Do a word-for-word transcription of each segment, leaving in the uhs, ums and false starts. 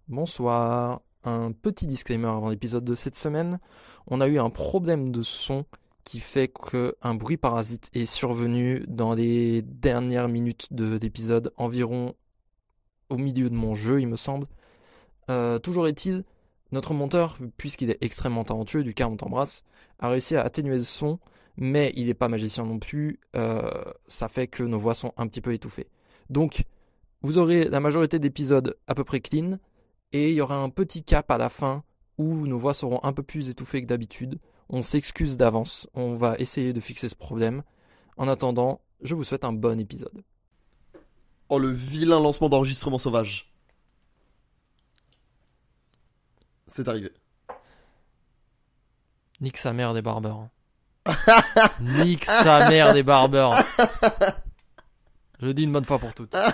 Bonsoir. Un petit disclaimer avant l'épisode de cette semaine. On a eu un problème de son qui fait qu'un bruit parasite est survenu dans les dernières minutes de l'épisode, environ au milieu de mon jeu, il me semble. Euh, toujours est-il, notre monteur, puisqu'il est extrêmement talentueux, Lucas, on t'embrasse, a réussi à atténuer le son, mais il n'est pas magicien non plus. Euh, ça fait que nos voix sont un petit peu étouffées. Donc, vous aurez la majorité d'épisodes à peu près clean. Et il y aura un petit cap à la fin où nos voix seront un peu plus étouffées que d'habitude. On s'excuse d'avance, on va essayer de fixer ce problème. En attendant, je vous souhaite un bon épisode. Oh, le vilain lancement d'enregistrement sauvage. C'est arrivé. Nique sa mère des barbeurs. Nique sa mère des barbeurs. Je le dis une bonne fois pour toutes.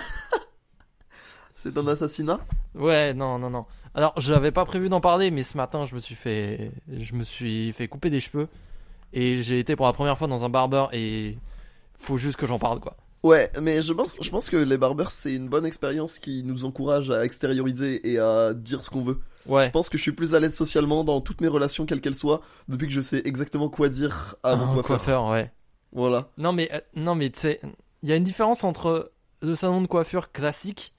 C'est un assassinat? Ouais, non, non, non. Alors, je n'avais pas prévu d'en parler, mais ce matin, je me suis fait, je me suis fait couper des cheveux. Et j'ai été pour la première fois dans un barbeur et faut juste que j'en parle, quoi. Ouais, mais je pense, je pense que les barbers, c'est une bonne expérience qui nous encourage à extérioriser et à dire ce qu'on veut. Je Ouais. pense que je suis plus à l'aise socialement dans toutes mes relations, quelles qu'elles soient, depuis que je sais exactement quoi dire à mon Un coiffeur. coiffeur, ouais. Voilà. Non, mais, euh, non, mais tu sais, il y a une différence entre le salon de coiffure classique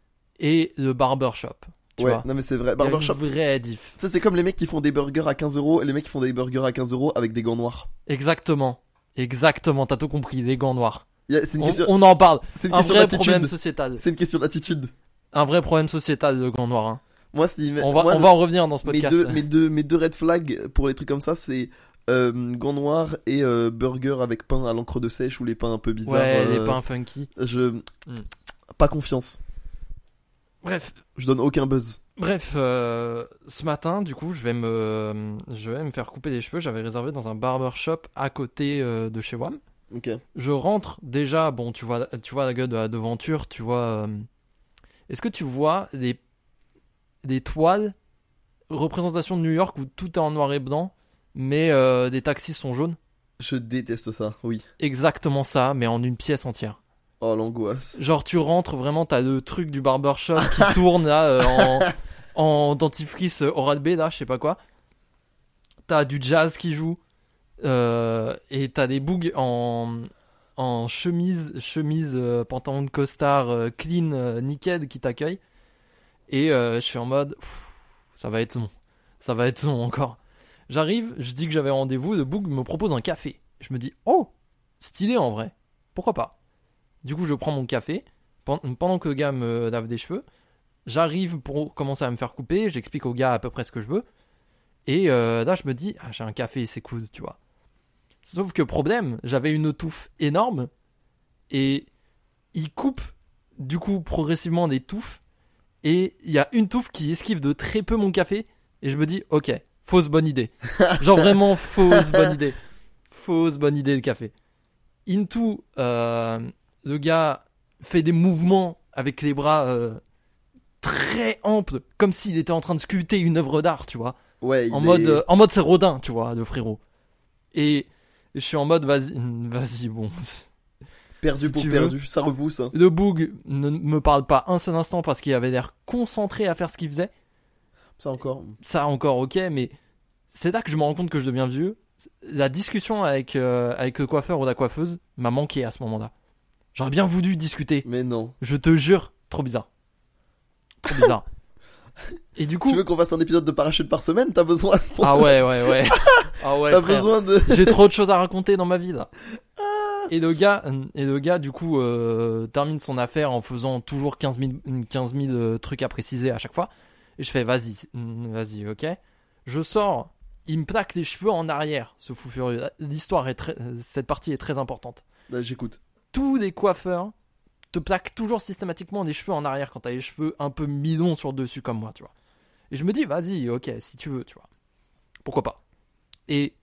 et le barbershop. Tu Ouais, vois. non mais c'est vrai. Il y a Barbershop. une vraie diff. Tu sais, c'est comme les mecs qui font des burgers à quinze euros et les mecs qui font des burgers à quinze euros avec des gants noirs. Exactement. Exactement, t'as tout compris, les gants noirs. Y a- C'est une On, question, on en parle. c'est une Un question vrai problème d'attitude. sociétal. C'est une question d'attitude. Un vrai problème sociétal, le gant noir. Hein. Moi, si, On, va, moi, on va en revenir dans ce mes podcast. deux, mes deux, mes deux red flags pour les trucs comme ça, c'est euh, gants noirs et euh, burger avec pain à l'encre de sèche ou les pains un peu bizarres. Ouais, euh, les pains funky. Je, pas confiance. Bref, Je donne aucun buzz. bref, euh, ce matin, du coup, je vais me, je vais me faire couper les cheveux. J'avais réservé dans un barbershop à côté euh, de chez WAM. Ok. Je rentre déjà, bon, tu vois, tu vois la gueule de la devanture, tu vois. euh, Est-ce que tu vois des, des toiles, représentation de New York où tout est en noir et blanc, mais euh, des taxis sont jaunes? Je déteste ça. Oui. Exactement ça, mais en une pièce entière. Oh l'angoisse. Genre, tu rentres vraiment, t'as le truc du barbershop qui tourne là euh, en, en dentifrice Oral-B, là, je sais pas quoi. T'as du jazz qui joue. Euh, et t'as des bougs en, en chemise, chemise, euh, pantalon de costard, euh, clean, euh, nickel qui t'accueille. Et euh, je suis en mode, pff, ça va être long, ça va être long encore. J'arrive, je dis que j'avais rendez-vous, le boug me propose un café. Je me dis, oh, stylé en vrai, pourquoi pas. Du coup, je prends mon café pen- pendant que le gars me lave des cheveux. J'arrive pour commencer à me faire couper, j'explique au gars à peu près ce que je veux. Et euh, là, je me dis, ah, j'ai un café, c'est cool, tu vois. Sauf que problème, j'avais une touffe énorme et il coupe du coup progressivement des touffes et il y a une touffe qui esquive de très peu mon café et je me dis ok, fausse bonne idée. Genre vraiment fausse bonne idée. Fausse bonne idée le café. Into, euh, le gars fait des mouvements avec les bras euh, très amples comme s'il était en train de sculpter une œuvre d'art, tu vois. Ouais. Il En est... mode, euh, en mode c'est Rodin, tu vois, le frérot. Et je suis en mode vas-y, vas-y, bon. perdu si pour tu perdu. Ça repousse. Hein. Le boug ne me parle pas un seul instant parce qu'il avait l'air concentré à faire ce qu'il faisait. Ça encore. Ça encore ok, mais c'est là que je me rends compte que je deviens vieux. La discussion avec, euh, avec le coiffeur ou la coiffeuse m'a manqué à ce moment-là. J'aurais bien voulu discuter. Mais non. Je te jure, trop bizarre. Trop bizarre. Et du coup... Tu veux qu'on fasse un épisode de parachute par semaine? T'as besoin à ce point? Ah ouais, ouais, ouais. Ah ouais, T'as frère. besoin de. J'ai trop de choses à raconter dans ma vie là. Et le gars, et le gars du coup euh, termine son affaire en faisant toujours quinze mille, quinze mille euh, trucs à préciser à chaque fois. Et je fais vas-y, mm, vas-y, ok. Je sors, il me plaque les cheveux en arrière, ce fou furieux. L'histoire est très, cette partie est très importante. Bah, j'écoute. Tous les coiffeurs te plaquent toujours systématiquement les cheveux en arrière quand t'as les cheveux un peu mi-longs sur le dessus comme moi, tu vois. Et je me dis vas-y, ok, si tu veux, tu vois. Pourquoi pas. Et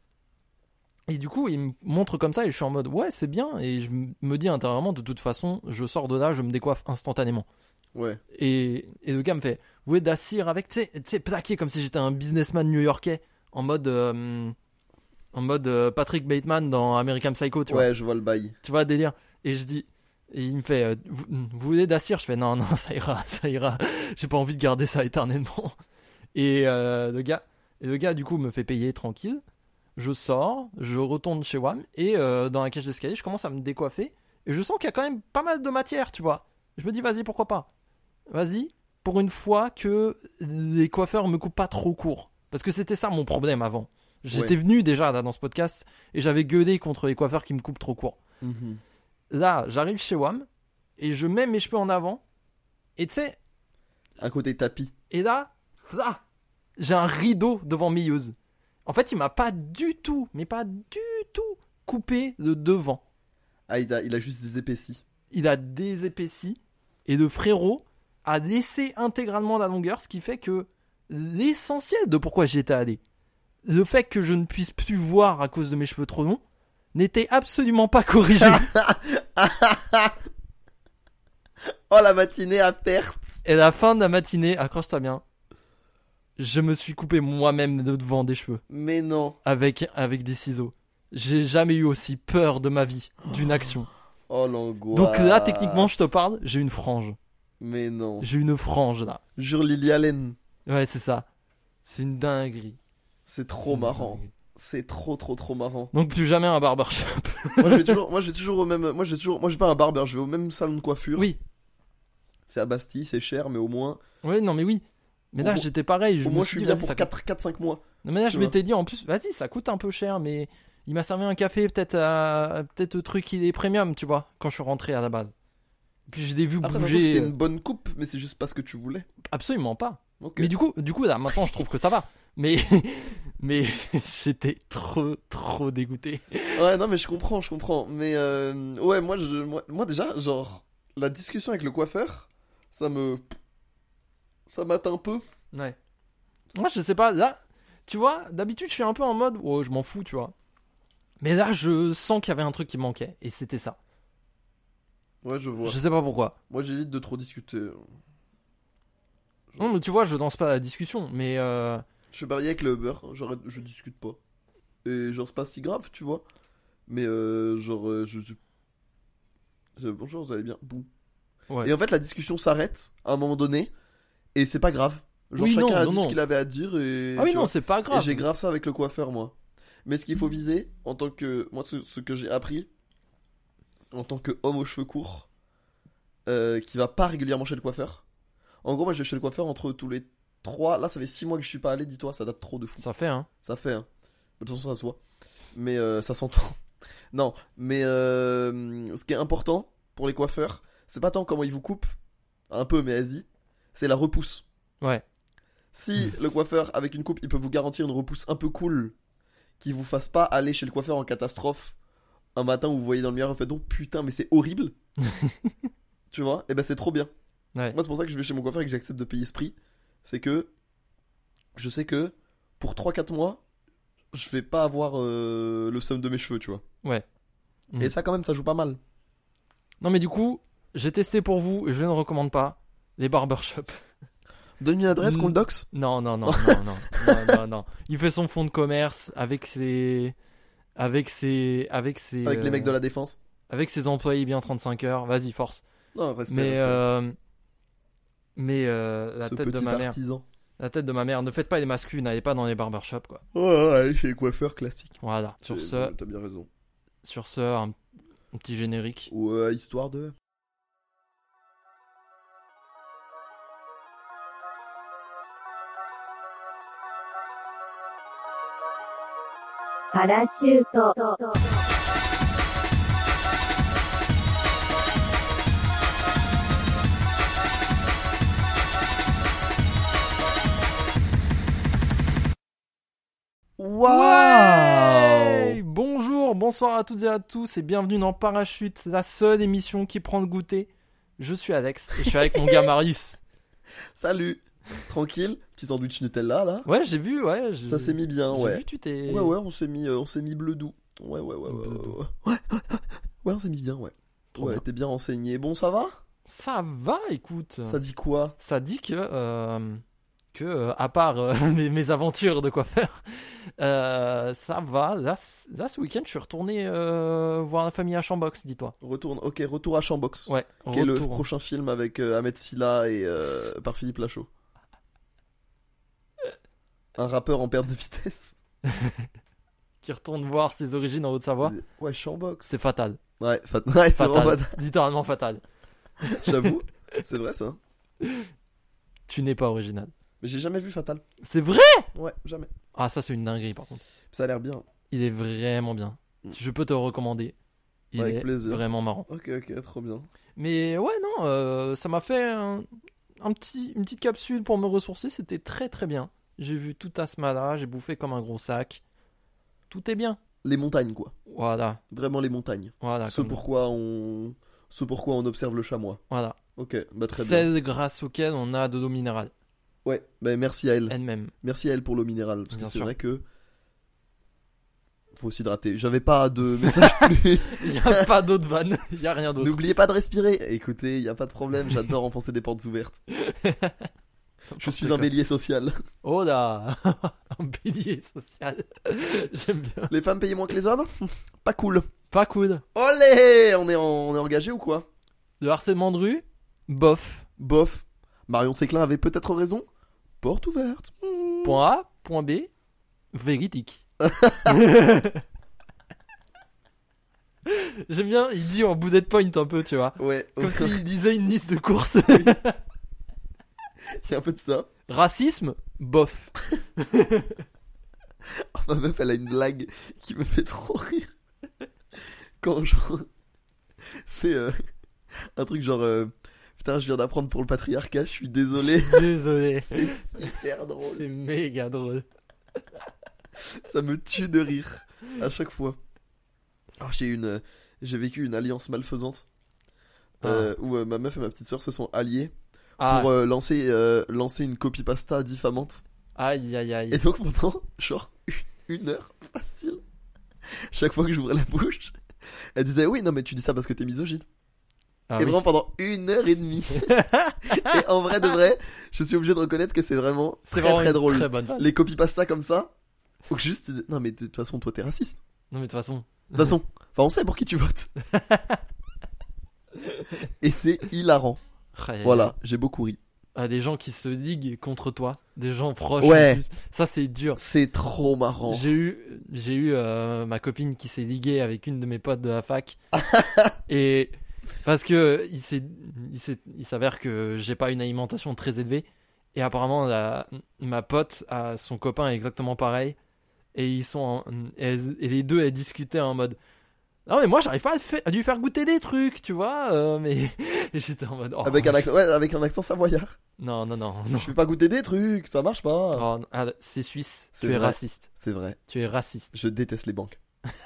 Et du coup, il me montre comme ça et je suis en mode ouais, c'est bien. Et je me dis intérieurement, de toute façon, je sors de là, je me décoiffe instantanément. Ouais. Et, et le gars me fait vous êtes d'assir avec, tu sais, tu sais, plaqué comme si j'étais un businessman new-yorkais en mode, euh, en mode euh, Patrick Bateman dans American Psycho, tu vois. Ouais, je vois le bail. Tu vois, délire. Et je dis, Et il me fait, euh, vous, vous voulez de la cire? Je fais, non, non, ça ira, ça ira. J'ai pas envie de garder ça éternellement. Et euh, le gars, et le gars, du coup, me fait payer tranquille. Je sors, je retourne chez W A M. Et euh, dans la cage d'escalier, je commence à me décoiffer. Et je sens qu'il y a quand même pas mal de matière, tu vois. Je me dis, vas-y, pourquoi pas? Vas-y, pour une fois que les coiffeurs me coupent pas trop court. Parce que c'était ça mon problème avant. J'étais Ouais. venu déjà là dans ce podcast et j'avais gueulé contre les coiffeurs qui me coupent trop court. Mhm. Là, j'arrive chez W A M et je mets mes cheveux en avant. Et tu sais, Un côté tapis. et là, là, j'ai un rideau devant Milleuse. En fait, il m'a pas du tout, mais pas du tout coupé de devant. Ah, il a, il a juste des épaissis. Il a désépaissi et le frérot a laissé intégralement la longueur, ce qui fait que l'essentiel de pourquoi j'y étais allé, le fait que je ne puisse plus voir à cause de mes cheveux trop longs, n'était absolument pas corrigé. Oh, la matinée à perte. Et à la fin de la matinée, accroche-toi bien, je me suis coupé moi-même de devant des cheveux Mais non. avec, avec des ciseaux. J'ai jamais eu aussi peur de ma vie d'une action. Oh, l'angoisse. Donc là, techniquement, je te parle, j'ai une frange. Mais non. J'ai une frange là. Jure Lily Allen. Ouais, c'est ça. C'est une dinguerie. C'est trop marrant. Dinguerie. C'est trop, trop, trop marrant. Donc plus jamais un barbershop. moi, je vais toujours, moi, je vais toujours au même, moi, je vais toujours, moi, je vais pas un barber, je vais au même salon de coiffure. Oui. C'est à Bastille, c'est cher, mais au moins, Oui, non, mais oui. Mais Au là, moins- j'étais pareil. Je au me moins, je suis suis dit, bien vas-y, pour ça quatre, quatre, cinq mois. coûte- Non, mais là, tu je vois. m'étais dit, en plus, vas-y, ça coûte un peu cher, mais il m'a servi un café, peut-être, à... peut-être le truc, il est premium, tu vois, quand je suis rentré à la base. Puis j'ai des vues Après, ça se trouve, bouger. c'était une bonne coupe, mais c'est juste parce que tu voulais. Absolument pas. Ok. Mais du coup, du coup, là, maintenant, je trouve que ça va. Mais, mais j'étais trop, trop dégoûté. Ouais, non, mais je comprends, je comprends. Mais euh, ouais, moi, je, moi, moi, déjà, genre, la discussion avec le coiffeur, ça me, ça m'atteint un peu. Ouais. Moi, je sais pas, là, tu vois, d'habitude, je suis un peu en mode, oh, je m'en fous, tu vois. Mais là, je sens qu'il y avait un truc qui manquait, et c'était ça. Ouais, je vois. Je sais pas pourquoi. Moi, j'évite de trop discuter. Non, mais tu vois, je danse pas à la discussion, mais euh, Je suis marié avec le Uber, j'arrête, je discute pas. Et genre, c'est pas si grave, tu vois. Mais euh, genre, euh, je, je- je- bonjour, vous allez bien. Boum. ouais. Et en fait, la discussion s'arrête à un moment donné, et c'est pas grave. Genre, Oui, chacun non, a non, dit non. ce qu'il avait à dire, et. Ah oui, tu non, vois. c'est pas Et grave. j'ai grave ça avec le coiffeur, moi. Mais ce qu'il faut viser, en tant que. Moi, ce, ce que j'ai appris, en tant qu'homme aux cheveux courts, euh, qui va pas régulièrement chez le coiffeur. En gros, moi, je vais chez le coiffeur entre tous les trois. Là, ça fait six mois que je suis pas allé, dis-toi, ça date trop de fou. Ça fait, hein. Ça fait, hein. De toute façon, ça se voit. Mais euh, ça s'entend. Non, mais euh, ce qui est important pour les coiffeurs, c'est pas tant comment ils vous coupent, un peu, mais vas-y, c'est la repousse. Ouais. Si le coiffeur, avec une coupe, il peut vous garantir une repousse un peu cool, qui vous fasse pas aller chez le coiffeur en catastrophe un matin où vous voyez dans le miroir et vous faites oh putain, mais c'est horrible. Tu vois, et ben c'est trop bien. Ouais. Moi, c'est pour ça que je vais chez mon coiffeur et que j'accepte de payer ce prix. C'est que je sais que pour trois quatre mois, je vais pas avoir euh, le somme de mes cheveux, tu vois. Ouais. Mm. Et ça, quand même, ça joue pas mal. Non, mais du coup, j'ai testé pour vous, et je ne recommande pas les barbershops. Donne une adresse Mm. qu'on le doxe. Non, non, non, non, non, non, non, non. Il fait son fonds de commerce avec ses, avec ses, avec ses, Avec les euh, mecs de la défense. avec ses employés bien trente-cinq heures. Vas-y, force. Non, respect. Mais, respect. euh, mais euh, la Ce tête de petit ma mère, artisan. la tête de ma mère. Ne faites pas les masculins, n'allez pas dans les barbershops, quoi. Oh, ouais, allez chez les coiffeurs classiques. Voilà. Sur C'est- ce, T'as bien raison. sur ce, un, un petit générique. Ouais, histoire de. Parachute. Waouh! Ouais. Bonjour, bonsoir à toutes et à tous et bienvenue dans Parachute, la seule émission qui prend le goûter. Je suis Alex et je suis avec mon gars Marius. Salut! Tranquille, petit sandwich Nutella là. Ouais, j'ai vu, ouais. j'ai- Ça s'est mis bien, j'ai ouais. vu, tu t'es. Ouais, ouais, on s'est mis, euh, on s'est mis bleu doux. Ouais, ouais, ouais, ouais, Bleu ouais, doux. ouais. Ouais, ouais, on s'est mis bien, ouais. Trop Ouais, bien. t'es bien renseigné. Bon, ça va? Ça va, écoute. Ça dit quoi? Ça dit que euh, que, euh, à part euh, mes, mes aventures de coiffeur, euh, ça va. Là, c- là, ce week-end, je suis retourné euh, voir la famille à Chambox, dis-toi. Retourne, ok, retour à Chambox. Ouais, Qui est le retour. prochain film avec euh, Ahmed Silla et euh, par Philippe Lachaud. Un rappeur en perte de vitesse. Qui retourne voir ses origines en Haute-Savoie. Ouais, Chambox. C'est fatal. Ouais, fat... ouais c'est vraiment Fatal. fatal. Littéralement fatal. J'avoue, c'est vrai ça. Tu n'es pas original. Mais j'ai jamais vu Fatal. C'est vrai? Ouais, jamais. Ah, ça, c'est une dinguerie, par contre. Ça a l'air bien. Il est vraiment bien. Mm. Je peux te le recommander. Il Avec est plaisir. vraiment marrant. Ok, ok, trop bien. Mais ouais, non, euh, ça m'a fait un, un petit, une petite capsule pour me ressourcer. C'était très très bien. J'ai vu tout Asmara, j'ai bouffé comme un gros sac. Tout est bien. Les montagnes, quoi. Voilà, Vraiment les montagnes. voilà. Ce comme- pourquoi on... Ce pourquoi on observe le chamois. Voilà. Ok, bah très bien. Celle grâce auquel on a de l'eau minérale. Ouais, bah merci à elle. Elle-même. Merci à elle pour l'eau minérale. Parce Bien que c'est sûr. vrai que... Faut s'hydrater. J'avais pas de message plus. Il n'y a pas d'autre vanne. Il n'y a rien d'autre. N'oubliez pas de respirer. Écoutez, il y a pas de problème. J'adore enfoncer des portes ouvertes. Je suis un bélier social. Oh là. Un bélier social. J'aime bien. Les femmes payent moins que les hommes? Pas cool. Pas cool. Olé, on est, en- on est engagé ou quoi? Le harcèlement de rue, bof. Bof. Marion Séclin avait peut-être raison. Porte ouverte. Hmm. Point A, point B, véridique. J'aime bien, il dit en bullet point un peu, tu vois. Ouais, Comme il s'il disait une liste de courses. y a un peu de ça. Racisme, bof. Oh, ma meuf, elle a une blague qui me fait trop rire. Quand genre. C'est euh, un truc genre. euh, Putain, je viens d'apprendre pour le patriarcat, je suis désolé. Désolé. C'est super drôle. C'est méga drôle. Ça me tue de rire à chaque fois. Oh, j'ai une, euh, j'ai vécu une alliance malfaisante euh, où euh, ma meuf et ma petite sœur se sont alliées Ah, pour euh, lancer, euh, lancer une copypasta diffamante. aïe aïe aïe. Et donc pendant genre une, une heure facile, chaque fois que j'ouvrais la bouche, elle disait oui non mais tu dis ça parce que t'es misogyne. Ah et oui. vraiment pendant une heure et demie. Et en vrai de vrai, je suis obligé de reconnaître que c'est vraiment C'est très vraiment très une drôle. Très bonne vanne. Les copypasta comme ça, ou juste tu dis, non mais de toute façon toi t'es raciste. Non mais de toute façon. De toute façon, enfin on sait pour qui tu votes. Et c'est hilarant. Aïe, aïe, Voilà, j'ai beaucoup ri. aïe. Ah, des gens qui se liguent contre toi, des gens proches. Ouais. En plus. Ça c'est dur. C'est trop marrant. J'ai eu, j'ai eu euh, ma copine qui s'est liguée avec une de mes potes de la fac. Et parce que il s'est, il s'est, il s'avère que j'ai pas une alimentation très élevée. Et apparemment, la- ma pote a son copain est exactement pareil. Et ils sont, en- et, elles- et les deux elles discutaient en mode. Non mais moi j'arrive pas à, fa- à lui faire goûter des trucs, tu vois. euh, mais et j'étais en mode. Oh, Avec un accent, ouais, avec un accent savoyard. Non non non non. Je fais pas goûter des trucs, ça marche pas. Oh, non. Ah, c'est suisse. C'est Tu es vrai. raciste. C'est vrai. Tu es raciste. Je déteste les banques.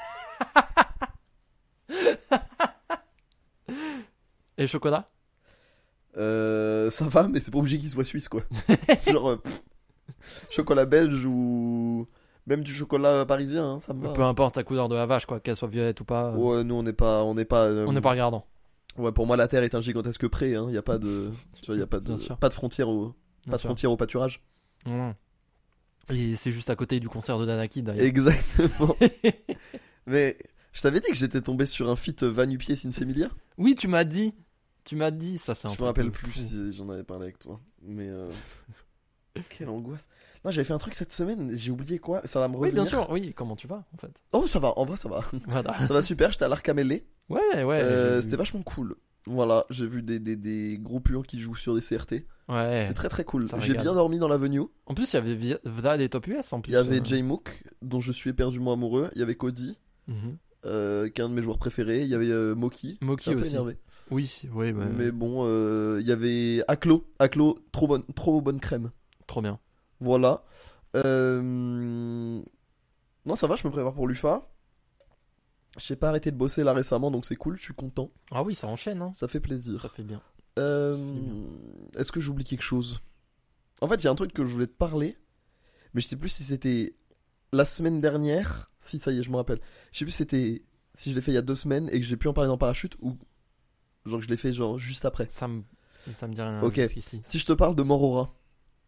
Et le chocolat? Euh, ça va, mais c'est pas obligé qu'ils soient suisses quoi. Genre euh, pff, chocolat belge ou même du chocolat parisien, hein, ça me va. Peu importe la couleur de la vache, quoi, qu'elle soit violette ou pas. euh, Ouais, nous on n'est pas, on n'est pas. euh, On n'est pas regardant. Ouais, pour moi la Terre est un gigantesque pré. Hein. Y a pas de, tu vois, y a pas de, Bien sûr. pas de frontière au, Bien pas de sûr. frontière au pâturage. Non, non. Et c'est juste à côté du concert de Danaki d'ailleurs. Exactement. Mais je t'avais dit que j'étais tombé sur un feat Vanupier Sinsemilia. Oui, tu m'as dit. Tu m'as dit, ça c'est un Je truc me rappelle de plus fou. si j'en avais parlé avec toi. Mais euh... quelle angoisse. Non, j'avais fait un truc cette semaine, j'ai oublié quoi. Ça va me Oui, revenir. bien sûr, oui, comment tu vas en fait? Oh, ça va, en vrai, ça va. Voilà. Ça va super, j'étais à l'Arcamélé. Ouais, ouais. Euh, j'ai vu. C'était vachement cool. Voilà, j'ai vu des, des, des gros puants qui jouent sur des C R T. Ouais. C'était très très cool. Ça J'ai régale. bien dormi dans l'avenue. En plus, il y avait Vi- Vlad et Top U S en plus. Il y avait euh. Jay Mook, dont je suis éperdument amoureux. Il y avait Cody, Mhm. euh, qui est un de mes joueurs préférés. Il y avait euh, Moki. Moki C'est un peu aussi. énervé. Oui, oui, ouais. Mais bon, euh, il y avait Aklo. Aklo, trop bonne, trop bonne crème. Trop bien. Voilà. Euh... Non, ça va, je me prépare pour l'U F A. J'ai pas arrêté de bosser là récemment, donc c'est cool, je suis content. Ah oui, ça enchaîne, hein. Ça fait plaisir. Ça fait bien. Euh, Ça fait bien. Est-ce que j'oublie quelque chose? En fait, il y a un truc que je voulais te parler, mais je sais plus si c'était la semaine dernière. Si, ça y est, je me rappelle. Je sais plus si c'était si je l'ai fait il y a deux semaines et que j'ai pu en parler dans Parachute ou genre que je l'ai fait genre juste après. Ça me, ça me dit rien Ok. jusqu'ici. Si je te parle de Morora,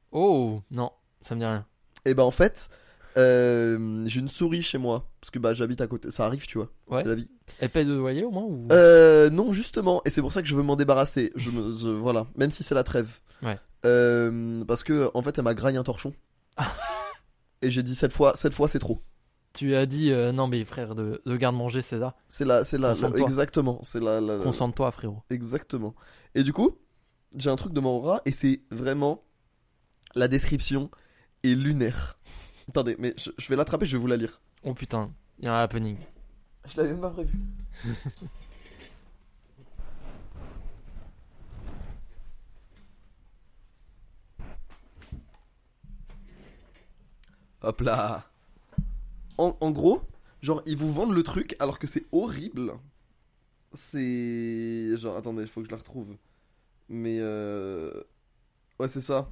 Oh, non, ça me dit rien. Et bah en fait, euh, j'ai une souris chez moi. Parce que bah j'habite à côté. Ça arrive, tu vois. Ouais. C'est la vie. Elle paye de loyer au moins ou... Euh, non, justement. Et c'est pour ça que je veux m'en débarrasser. Je me, je- voilà. Même si c'est la trêve. Ouais. Euh, parce que en fait, elle m'a graillé un torchon. Et j'ai dit cette fois, cette fois c'est trop. Tu lui as dit euh, non mais frère de, de garde-manger c'est ça. C'est la, c'est la, la- Concentre-toi. exactement. C'est la, la- la- Concentre-toi frérot. exactement. Et du coup, j'ai un truc de mon rat et c'est vraiment la description est lunaire. Attendez, mais je, je vais l'attraper, je vais vous la lire. Oh putain, il y a un happening. Je l'avais même pas prévu. Hop là. En, en gros, genre ils vous vendent le truc alors que c'est horrible. C'est genre attendez, il faut que je la retrouve. Mais euh... ouais, c'est ça.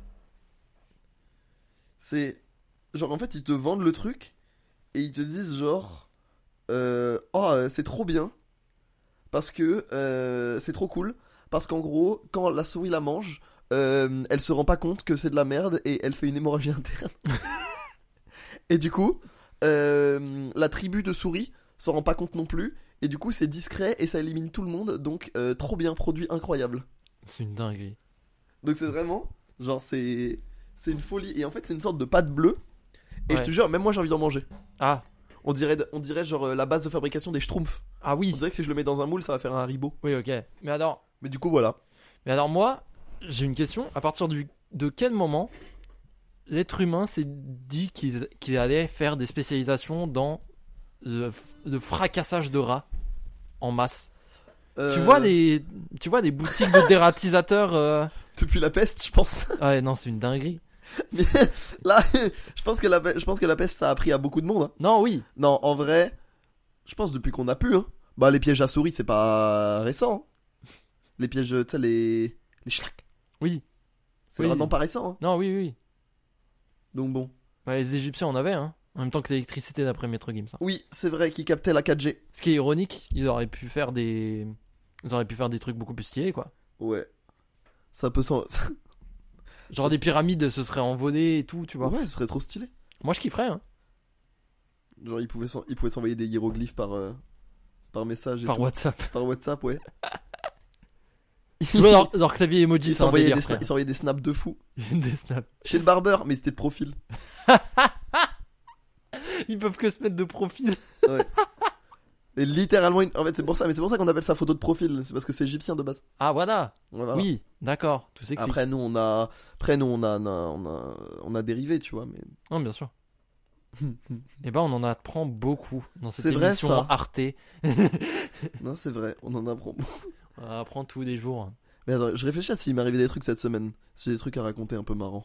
C'est genre en fait ils te vendent le truc et ils te disent genre euh, oh euh, c'est trop bien parce que euh, c'est trop cool parce qu'en gros quand la souris la mange euh, elle se rend pas compte que c'est de la merde et elle fait une hémorragie interne. Et du coup euh, la tribu de souris s'en rend pas compte non plus et du coup c'est discret et ça élimine tout le monde donc euh, trop bien, produit incroyable. C'est une dinguerie. Donc c'est vraiment genre c'est c'est une folie et en fait c'est une sorte de pâte bleue et Ouais. je te jure même moi j'ai envie d'en manger. Ah, On dirait, on dirait genre euh, la base de fabrication des schtroumpfs. ah oui. On dirait que si je le mets dans un moule, ça va faire un Haribo. Oui ok. Mais alors, Mais du coup, voilà. mais alors moi, j'ai une question. À partir du, de quel moment l'être humain s'est dit qu'il qu'il allait faire des spécialisations dans le, le fracassage de rats en masse. Euh, Tu vois des, tu vois des boutiques de dératisateurs. euh, Depuis la peste, je pense. Ouais non c'est une dinguerie. Mais là, je pense, que la, pe- je pense que la peste, ça a appris à beaucoup de monde. Hein. Non oui. Non, en vrai, je pense depuis qu'on a pu. Hein. Bah, les pièges à souris, c'est pas récent. hein. Les pièges, tu sais, les. Les schlack. Oui. C'est Oui. vraiment pas récent. Hein. Non oui oui. Donc bon. Ouais, les Égyptiens en avaient hein. En même temps que l'électricité d'après Maître Gims. hein. Oui, c'est vrai qu'ils captaient la quatre G. Ce qui est ironique, ils auraient pu faire des, ils auraient pu faire des trucs beaucoup plus stylés quoi. Ouais. Ça peut s'en. Genre des pyramides se seraient envolées et tout, tu vois. Ouais, ce serait trop stylé. Moi je kifferais hein. Genre, ils pouvaient s'en- ils pouvaient s'envoyer des hiéroglyphes par, euh, par message et Par tout. WhatsApp. Par WhatsApp, ouais. Tu vois leur, leur clavier emoji, Ils c'est un s'envoyaient délire, des, frère. sna- ils s'envoyaient des snaps de fou. Des snaps. Chez le barbeur, mais c'était de profil. Ils peuvent que se mettre de profil. Et littéralement, une- en fait, c'est pour ça, mais c'est pour ça qu'on appelle ça photo de profil. C'est parce que c'est égyptien de base. Ah voilà. Ouais, voilà. Oui, d'accord. Tout s'explique. Après, nous, on a, après, nous, on a, on a, on a, on a dérivé, tu vois, mais. Non, bien sûr. Et ben on en apprend beaucoup dans cette C'est vrai, émission ça. Arte. Non, c'est vrai, on en apprend. On apprend tous les jours. Mais attends, je réfléchis à s'il m'est arrivé des trucs cette semaine. Si j'ai des trucs à raconter un peu marrants.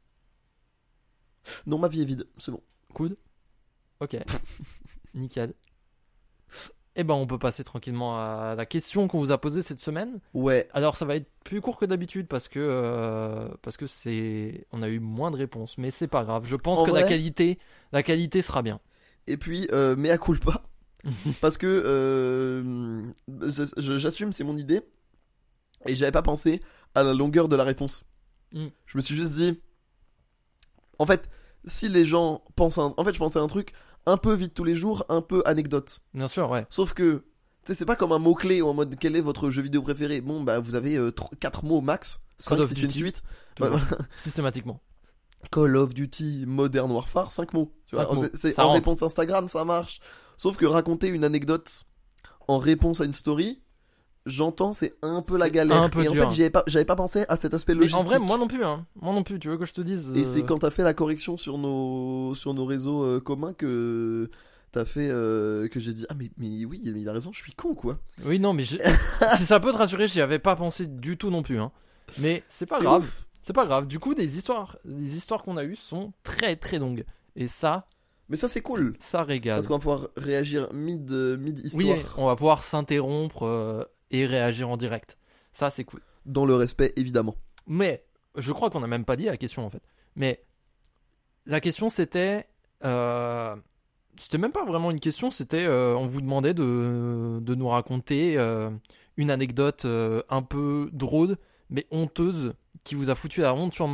Non, ma vie est vide, c'est bon. Coude. Ok. Nickel. Et ben on peut passer tranquillement à la question qu'on vous a posée cette semaine. Ouais, Alors ça va être plus court que d'habitude parce que euh, parce que c'est on a eu moins de réponses, mais c'est pas grave. Je pense En que la vrai- qualité la qualité sera bien. et puis, euh, mea culpa. Parce que euh, je- je- j'assume, c'est mon idée. Et j'avais pas pensé à la longueur de la réponse. Mm. Je me suis juste dit. En fait, si les gens pensent à un... En fait, je pensais à un truc un peu vite tous les jours, un peu anecdote. Bien sûr, ouais. Sauf que, tu sais, c'est pas comme un mot-clé ou en mode quel est votre jeu vidéo préféré. Bon, bah, vous avez quatre mots max. cinq of si c'est une Duty. suite. Toujours. Ouais, voilà. Systématiquement. Call of Duty Modern Warfare, cinq mots. Tu vois, Cinq mots. c'est- c'est Ça en rentre. réponse Instagram, ça marche. Sauf que raconter une anecdote en réponse à une story, j'entends, c'est un peu la C'est galère. un peu Et en dur. fait, j'y avais pas, j'avais pas pensé à cet aspect Mais logistique. en vrai, moi non plus, hein. Moi non plus. Tu veux que je te dise Et euh, c'est quand t'as fait la correction sur nos, sur nos réseaux euh, communs que t'as fait euh, que j'ai dit ah mais, mais oui, mais il a raison, je suis con quoi. Oui, non, mais je- si ça peut te rassurer, j'y avais pas pensé du tout non plus, hein. Mais c'est pas C'est grave. ouf. C'est pas grave. Du coup, des histoires, les histoires qu'on a eues sont très très longues. Et ça, Mais ça c'est cool ça régale. parce qu'on va pouvoir réagir mid mid Oui, histoire on va pouvoir s'interrompre euh, et réagir en direct. Ça, c'est cool. dans le respect évidemment. Mais je crois qu'on n'a même pas dit la question en fait. Mais la question c'était, euh, c'était même pas vraiment une question. C'était, euh, on vous demandait de de nous raconter euh, une anecdote euh, un peu drôle mais honteuse qui vous a foutu la honte sur le moment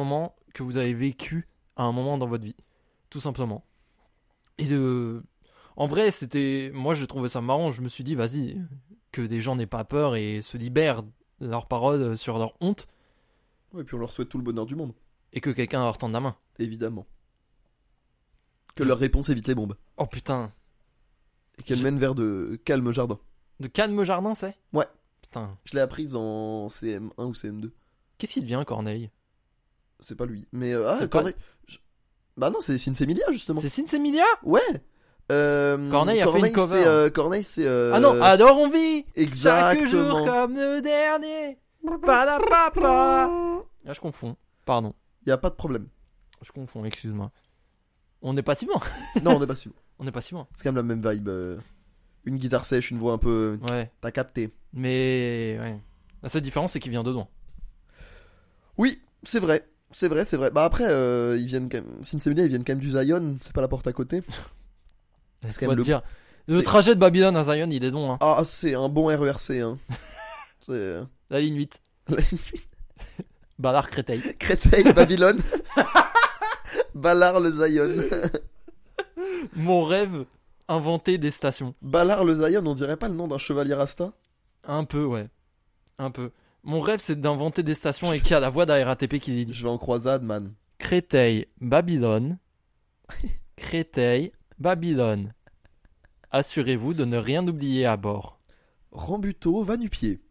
que vous avez vécu à un moment dans votre vie, tout simplement. Et de, en vrai, c'était, moi, je trouvais ça marrant. Je me suis dit, vas-y, que des gens n'aient pas peur et se libèrent de leurs paroles sur leur honte, Ouais, et puis on leur souhaite tout le bonheur du monde, et que quelqu'un leur tende la main. évidemment. Que leur réponse évite les bombes. Oh putain, Et qu'elle Je- mène vers de calmes jardins. de calme jardin, c'est. Ouais. Putain, Je l'ai apprise en C M un ou C M deux. qu'est-ce qu'il devient Corneille? C'est pas lui. Mais euh, ah, C'est pas- Corneille. je- Bah non, c'est Sinsemilia justement. C'est Sinsemilia? Ouais. Euh, Corneille a fait une cover. c'est, euh, Corneille, c'est. euh, Ah non, adore on vit chaque jour Exactement. comme le dernier. Padapapa. Ah, je confonds. Pardon, Y a pas de problème. je confonds. Excuse-moi. On n'est pas si loin. Non, on est pas sûr. On n'est pas si loin. C'est quand même la même vibe. euh, Une guitare sèche, une voix un peu. Ouais, T'as capté. mais ouais. La seule différence c'est qu'il vient dedans. Oui, c'est vrai. C'est vrai, c'est vrai. Bah après, euh, ils viennent quand même. Sinsemilia, ils viennent quand même du Zion. C'est pas la porte à côté. Est-ce quand qu'on va même te le- dire le c'est- trajet de Babylone à Zion, il est long. Hein. Ah, c'est un bon R E R C. Hein. C'est. euh, La ligne huit. Ballard Créteil. Créteil, Babylone. Ballard le Zion. Mon rêve, inventer des stations. Ballard le Zion, on dirait pas le nom d'un chevalier rasta. Un peu, ouais. Un peu. Mon rêve, c'est d'inventer des stations et qu'il y a la voix de la R A T P qui dit Je vais en croisade, man. Créteil, Babylone. Créteil, Babylone. Assurez-vous de ne rien oublier à bord. Rambuteau, va nu-pied.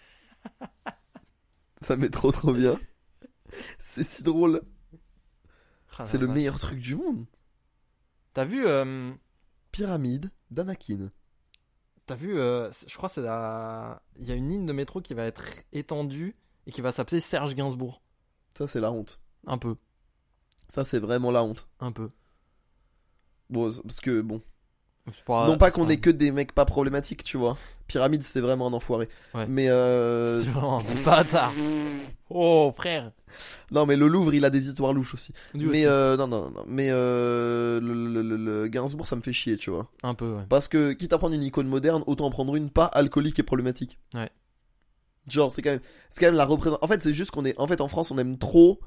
Ça met trop trop bien. C'est si drôle. Ah, C'est la le vache. meilleur truc du monde. T'as vu, euh, Pyramide d'Anakin. t'as vu, euh, je crois que c'est la, il y a une ligne de métro qui va être étendue et qui va s'appeler Serge Gainsbourg. Ça, c'est la honte. Un peu, Ça, c'est vraiment la honte. un peu. Bon, c'est- parce que, bon. C'est pas- non pas c'est qu'on ait que des mecs pas problématiques, tu vois. Pyramide, c'est vraiment un enfoiré. Ouais. Mais, euh... C'est vraiment un bâtard. Oh frère. Non, mais le Louvre, il a des histoires louches aussi. Lui mais, aussi. euh... non, non, non. Mais, euh... Le, le- le- le Gainsbourg, ça me fait chier, tu vois. Un peu, ouais. Parce que, quitte à prendre une icône moderne, autant en prendre une pas alcoolique et problématique. Ouais. Genre, c'est quand même, c'est quand même la représentation. En fait, c'est juste qu'on est, en fait, en France, on aime trop,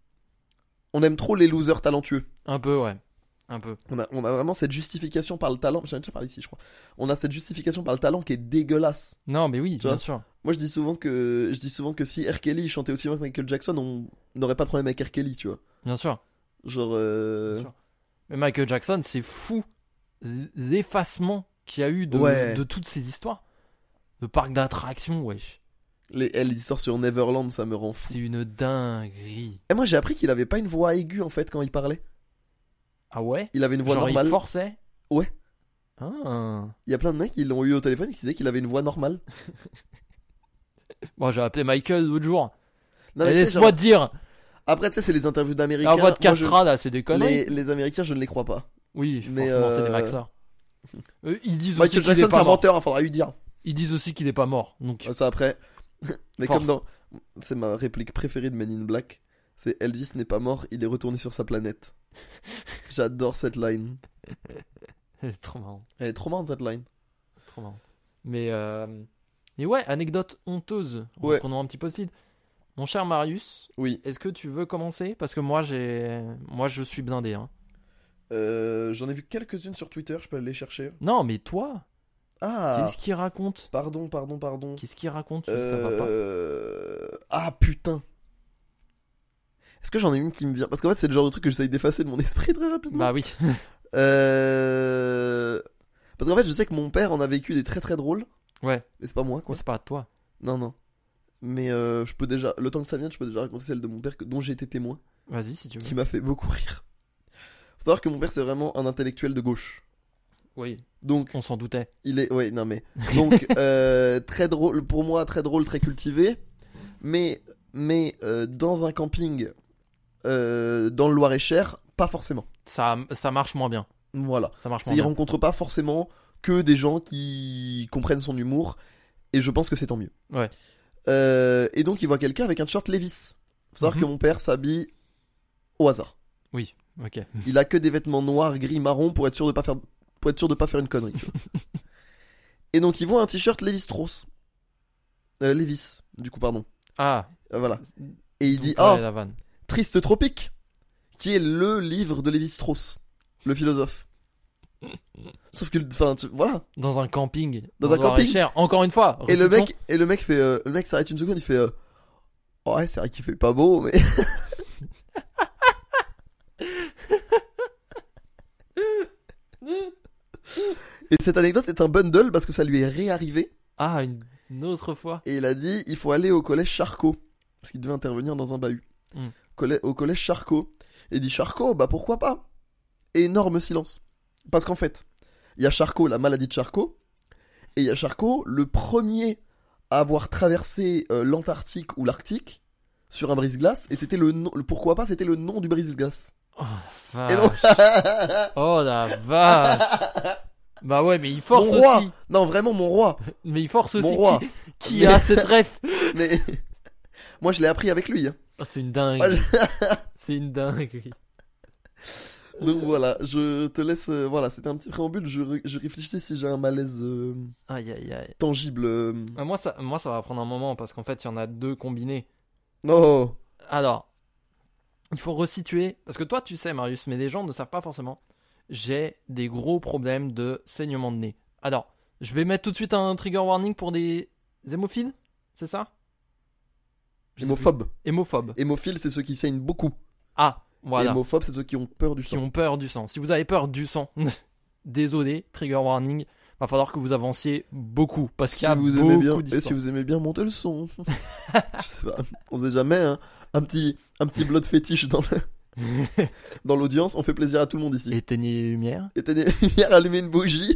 on aime trop les losers talentueux. Un peu, ouais. Un peu. On a, on a vraiment cette justification par le talent. J'en ai déjà parlé ici, je crois. On a cette justification par le talent qui est dégueulasse. Non, mais oui, Tu bien vois sûr. Moi, je dis souvent que, je dis souvent que si R. Kelly chantait aussi bien que Michael Jackson, on n'aurait pas de problème avec R. Kelly, tu vois. Bien sûr. Genre, euh... Bien sûr. Mais Michael Jackson, c'est fou l'effacement qu'il y a eu de, Ouais. de toutes ces histoires. Le parc d'attractions, wesh. les, eh, les histoires sur Neverland, ça me rend fou. C'est une dinguerie. Et moi, j'ai appris qu'il avait pas une voix aiguë en fait quand il parlait. Ah ouais? Il avait une voix Genre, normale. il forçait? Ouais. Ah. Il y a plein de mecs qui l'ont eu au téléphone et qui disaient qu'il avait une voix normale. Bon, j'ai appelé Michael l'autre jour. Non, Et mais tu sais, laisse-moi genre- te dire, Après, tu sais, c'est les interviews d'Américains. la voix de Moi, je- Castra, là, c'est des conneries. les, les Américains, je ne les crois pas. Oui, Mais, forcément, c'est euh, des maxeurs. Eux, ils disent aussi Michael qu'il Jackson, est c'est pas un mort. menteur, il faudra lui dire. Ils disent aussi qu'il est pas mort. Donc, Ça après. Mais Force. comme dans. C'est ma réplique préférée de Men in Black. C'est Elvis n'est pas mort, il est retourné sur sa planète. J'adore cette line. c'est trop marrant. Elle est trop marrante cette line. Trop marrant. Mais, euh... Mais ouais, anecdote honteuse. Ouais. Reprenons un petit peu de feed. Mon cher Marius, Oui. est-ce que tu veux commencer? Parce que moi, j'ai, moi, je suis blindé. Hein. Euh, J'en ai vu quelques-unes sur Twitter, je peux aller les chercher. Non, mais toi, Ah qu'est-ce qu'il raconte? Pardon, pardon, pardon. Qu'est-ce qu'il raconte? Ça va pas. Euh... Ah putain. Est-ce que j'en ai une qui me vient? Parce qu'en fait, c'est le genre de truc que j'essaye d'effacer de mon esprit très rapidement. Bah oui. Euh... Parce qu'en fait, je sais que mon père en a vécu des très très drôles. Ouais. Mais c'est pas moi, Mais quoi. c'est pas à toi. Non, non. Mais euh, je peux déjà, le temps que ça vienne, je peux déjà raconter celle de mon père que- dont j'ai été témoin, Vas-y, si tu veux. qui m'a fait beaucoup rire. Faut savoir que mon père, c'est vraiment un intellectuel de gauche. Oui. Donc, On s'en doutait. il est. Ouais, non, mais. Donc, euh, très drôle, pour moi, très drôle, très cultivé. Mais, mais euh, dans un camping euh, dans le Loir-et-Cher, pas forcément. Ça, ça marche moins bien. Voilà. Ça marche C'est, moins il bien. rencontre pas forcément que des gens qui comprennent son humour. Et je pense que c'est tant mieux. Ouais. Euh, et donc, il voit quelqu'un avec un t-shirt Levi's. Faut savoir Mhm. que mon père s'habille au hasard. Oui. Ok. Il a que des vêtements noirs, gris, marron pour être sûr de pas faire, pour être sûr de pas faire une connerie. tu vois. Et donc, il voit un t-shirt Levi Strauss. Euh, Levi's, du coup, pardon. Ah. Euh, voilà. Et il d'où dit, parlait oh, la vanne. Triste Tropique, qui est le livre de Lévi-Strauss, le philosophe. Sauf que, enfin, tu- voilà. Dans un camping. Dans un camping. Cher. Encore une fois. Et le restituons. mec, et le mec fait, euh, le mec s'arrête une seconde, il fait, euh, ouais, c'est vrai qu'il fait pas beau, mais. Et cette anecdote est un bundle parce que ça lui est réarrivé. Ah, une, une autre fois. Et il a dit, il faut aller au collège Charcot. Parce qu'il devait intervenir dans un bahut. Mm. Collè- au collège Charcot. Et il dit, Charcot, bah pourquoi pas? Énorme silence. Parce qu'en fait, il y a Charcot, la maladie de Charcot. Et il y a Charcot, le premier à avoir traversé euh, l'Antarctique ou l'Arctique sur un brise-glace. Et c'était le nom, le pourquoi pas, c'était le nom du brise-glace. Oh, Et donc, vache. Oh la vache. Bah ouais, mais il force mon roi. aussi. Non, vraiment, mon roi. Mais il force aussi. Mon roi. Qui, qui Mais- a cette ref. Mais moi, je l'ai appris avec lui. hein. Oh, c'est une dingue. Moi, je- C'est une dingue. Donc voilà, je te laisse. euh, voilà, c'était un petit préambule. Je, ré- je réfléchissais si j'ai un malaise euh, Aïe aïe aïe. tangible. euh. Ah, Moi ça, moi ça va prendre un moment parce qu'en fait il y en a deux combinés. Non. Alors, il faut resituer parce que toi tu sais Marius, mais les gens ne savent pas forcément. J'ai des gros problèmes de saignement de nez. Alors, je vais mettre tout de suite un trigger warning pour des hémophiles, c'est ça? Je sais Hémophobe. plus. Hémophobes. Hémophile, c'est ceux qui saignent beaucoup. Ah, voilà. Hémophobe, c'est ceux qui ont peur du Qui sang. ont peur du sang. Si vous avez peur du sang, désolé, trigger warning. Va falloir que vous avanciez beaucoup parce qu'il Si y a vous beaucoup aimez bien, et d'histoires. si vous aimez bien monter le son. Je sais pas, on sait jamais. Hein. Un petit, un petit blood fétiche dans le, dans l'audience, on fait plaisir à tout le monde ici. Éteignez les lumières. Éteignez les lumières, allumez une bougie.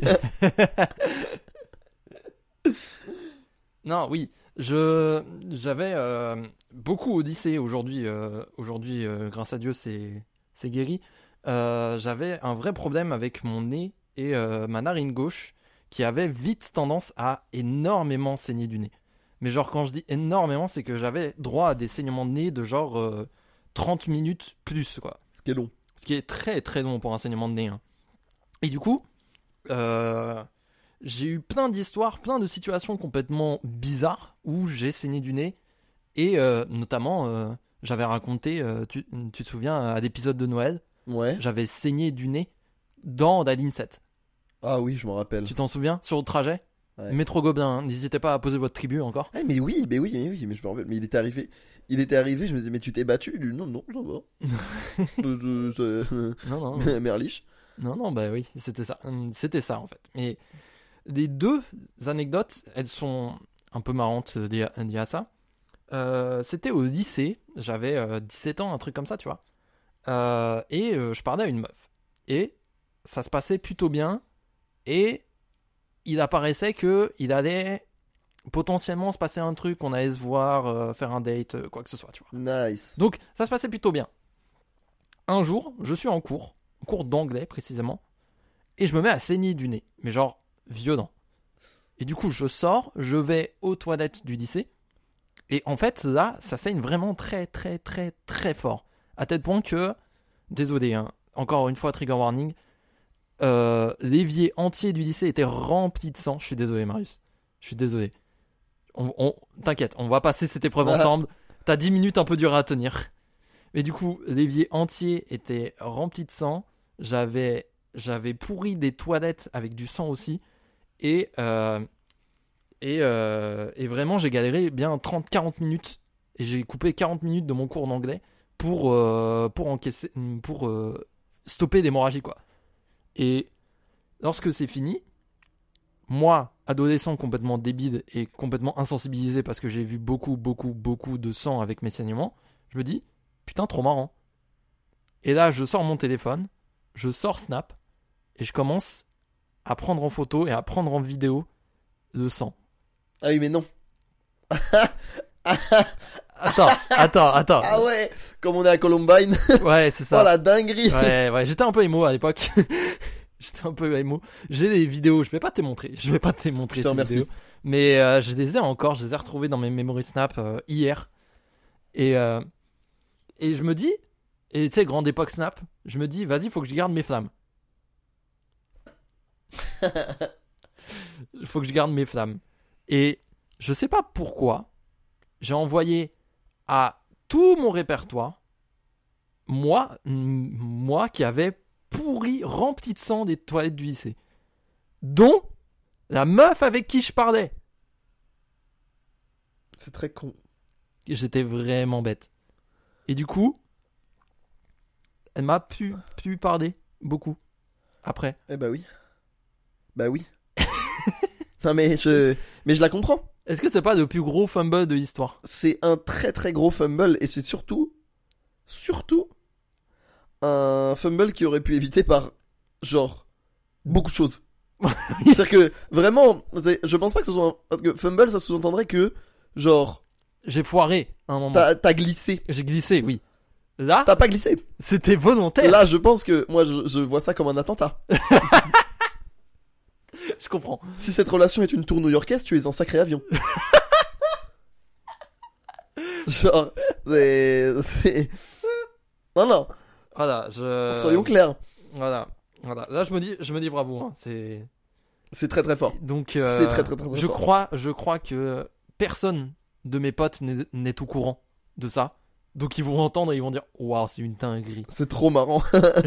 Non, oui, je j'avais euh, beaucoup au lycée aujourd'hui. euh, aujourd'hui, euh, grâce à Dieu, c'est c'est guéri. Euh, j'avais un vrai problème avec mon nez et euh, ma narine gauche qui avait vite tendance à énormément saigner du nez. Mais genre quand je dis énormément, c'est que j'avais droit à des saignements de nez de genre euh, trente minutes plus quoi. Ce qui est long. Ce qui est très très long pour un saignement de nez. hein. Et du coup, euh, j'ai eu plein d'histoires, plein de situations complètement bizarres où j'ai saigné du nez. Et euh, notamment, euh, j'avais raconté, euh, tu, tu te souviens, à l'épisode de Noël, Ouais. j'avais saigné du nez dans Daline sept. Ah oui, je m'en rappelle. Tu t'en souviens? Sur le trajet? Ouais. Métro Gobelin, hein. N'hésitez pas à poser votre tribu encore. Ah mais oui, mais oui, mais oui, mais je me rappelle. Mais il était arrivé. Il était arrivé, je me disais, mais tu t'es battu? Il dit, non, non, ça va. Euh, euh, c'est- Non, non, Merliche. non, non, bah oui, c'était ça. Hum, C'était ça en fait. Et les deux anecdotes, elles sont un peu marrantes euh, liées à liées à ça. Euh, c'était au lycée, j'avais euh, dix-sept ans, un truc comme ça, tu vois. Euh, et euh, je parlais à une meuf. Et ça se passait plutôt bien. Et il apparaissait que il allait potentiellement se passer un truc, on allait se voir, euh, faire un date, euh, quoi que ce soit, tu vois. Nice. Donc ça se passait plutôt bien. Un jour, je suis en cours, en cours d'anglais précisément, et je me mets à saigner du nez, mais genre violent. Et du coup, je sors, je vais aux toilettes du lycée, et en fait là, ça saigne vraiment très très très très fort. À tel point que, désolé, hein, encore une fois trigger warning, euh, l'évier entier du lycée était rempli de sang. Je suis désolé Marius, je suis désolé. On, on, t'inquiète, on va passer cette épreuve Ah. ensemble. T'as dix minutes un peu dur à tenir. Mais du coup, l'évier entier était rempli de sang. J'avais, j'avais pourri des toilettes avec du sang aussi. Et, euh, et, euh, et vraiment, j'ai galéré bien trente à quarante minutes. Et j'ai coupé quarante minutes de mon cours d'anglais pour, euh, pour encaisser, pour euh, stopper l'hémorragie, quoi. Et lorsque c'est fini, moi, adolescent complètement débile et complètement insensibilisé parce que j'ai vu beaucoup, beaucoup, beaucoup de sang avec mes saignements, je me dis, putain, trop marrant. Et là, je sors mon téléphone, je sors Snap, et je commence à prendre en photo et à prendre en vidéo le sang. Ah oui, mais non. Attends, attends, attends. Ah ouais. Comme on est à Columbine. Ouais, c'est Oh ça. la dinguerie. Ouais, ouais, j'étais un peu émo à l'époque. J'étais un peu émo. J'ai des vidéos, je vais pas te les montrer. Je vais pas te les montrer. Je te ces remercie. vidéos. Mais euh, je les ai encore, je les ai retrouvées dans mes memory snap euh, hier. Et, euh, et je me dis, et tu sais, grande époque snap, je me dis, vas-y, faut que je garde mes flammes. Faut que je garde mes flammes. Et je sais pas pourquoi, j'ai envoyé à tout mon répertoire moi, m- moi qui avais pourri, rempli de sang des toilettes du lycée. Dont la meuf avec qui je parlais. C'est très con. J'étais vraiment bête. Et du coup, elle m'a pu, pu parler beaucoup. Après. Eh bah oui. Bah oui. Non mais je, mais je la comprends. Est-ce que c'est pas le plus gros fumble de l'histoire? C'est un très très gros fumble et c'est surtout, surtout, un fumble qui aurait pu éviter par, genre, beaucoup de choses. C'est-à-dire que, vraiment, c'est- je pense pas que ce soit un... Parce que fumble, ça sous-entendrait que, genre, J'ai foiré à un moment. t'as, t'as glissé. J'ai glissé, oui. Là, T'as pas glissé. c'était volontaire. Là, je pense que, moi, je, je vois ça comme un attentat. Je comprends. Si cette relation est une tour new-yorkaise, tu es un sacré avion. Genre, c'est... c'est... Non, non, Voilà, je. soyons clairs. Voilà, voilà. Là, je me dis, je me dis bravo. Hein. C'est. C'est très très fort. Donc. euh, C'est très, très, très, très je fort. crois, je crois que personne de mes potes n'est, n'est au courant de ça. Donc ils vont entendre et ils vont dire, waouh, c'est une dinguerie. C'est trop marrant.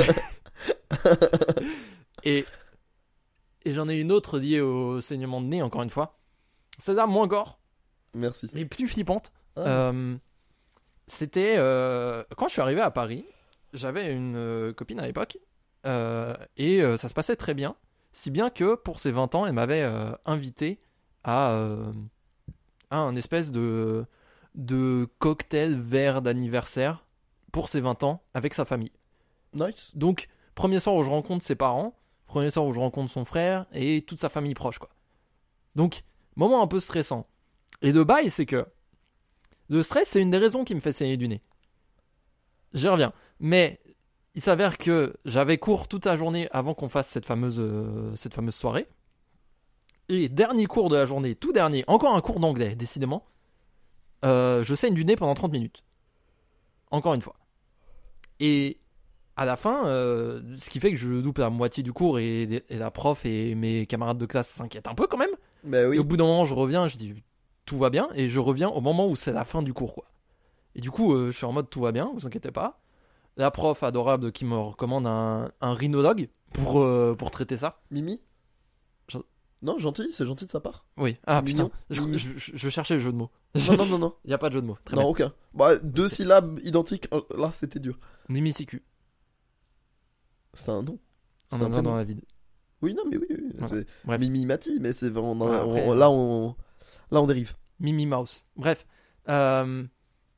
Et. Et j'en ai une autre liée au saignement de nez, encore une fois. C'est-à-dire moins gore, Merci. mais plus flippante. Ah. Euh, c'était euh, quand je suis arrivé à Paris, j'avais une euh, copine à l'époque euh, et euh, ça se passait très bien, si bien que pour ses vingt ans, elle m'avait euh, invité à, euh, à un espèce de, de cocktail verre d'anniversaire pour ses vingt ans avec sa famille. Nice. Donc, premier soir où je rencontre ses parents, premier soir où je rencontre son frère et toute sa famille proche, quoi. Donc, moment un peu stressant. Et de bail, c'est que le stress, c'est une des raisons qui me fait saigner du nez. J'y reviens. Mais il s'avère que j'avais cours toute la journée avant qu'on fasse cette fameuse, euh, cette fameuse soirée. Et dernier cours de la journée, tout dernier, encore un cours d'anglais, décidément. Euh, je saigne du nez pendant trente minutes. Encore une fois. Et à la fin, euh, ce qui fait que je loupe la moitié du cours et, et la prof et mes camarades de classe s'inquiètent un peu quand même. Bah Et oui. au bout d'un moment, je reviens, je dis tout va bien, et je reviens au moment où c'est la fin du cours, quoi. Et du coup, euh, je suis en mode tout va bien, vous inquiétez pas. La prof adorable qui me recommande un, un rhinologue pour, euh, pour traiter ça. Mimi Je- Non, gentil, c'est gentil de sa part. Oui. Ah C'est putain, mignon. je, Mimi. je- je- je cherchais le jeu de mots. Non, non, non, non. Il n'y a pas de jeu de mots. Très Non, bien. aucun. Bah, deux syllabes identiques, oh, là, c'était dur. Mimicicu. C'est un nom. Un C'est un endroit dans prénom. la ville. Oui, non, mais oui, oui. Voilà. C'est Bref. Mimi Mati, mais c'est vraiment. Ouais, après, on- là, on... là, on dérive. Mimi Mouse. Bref. Euh...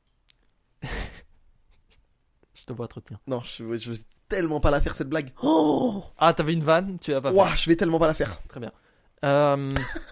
je te vois te retenir. Non, je, je vais tellement pas la faire cette blague. Oh Ah, t'avais une vanne, tu l'as pas fait. Ouah, je vais tellement pas la faire. Très bien. Euh...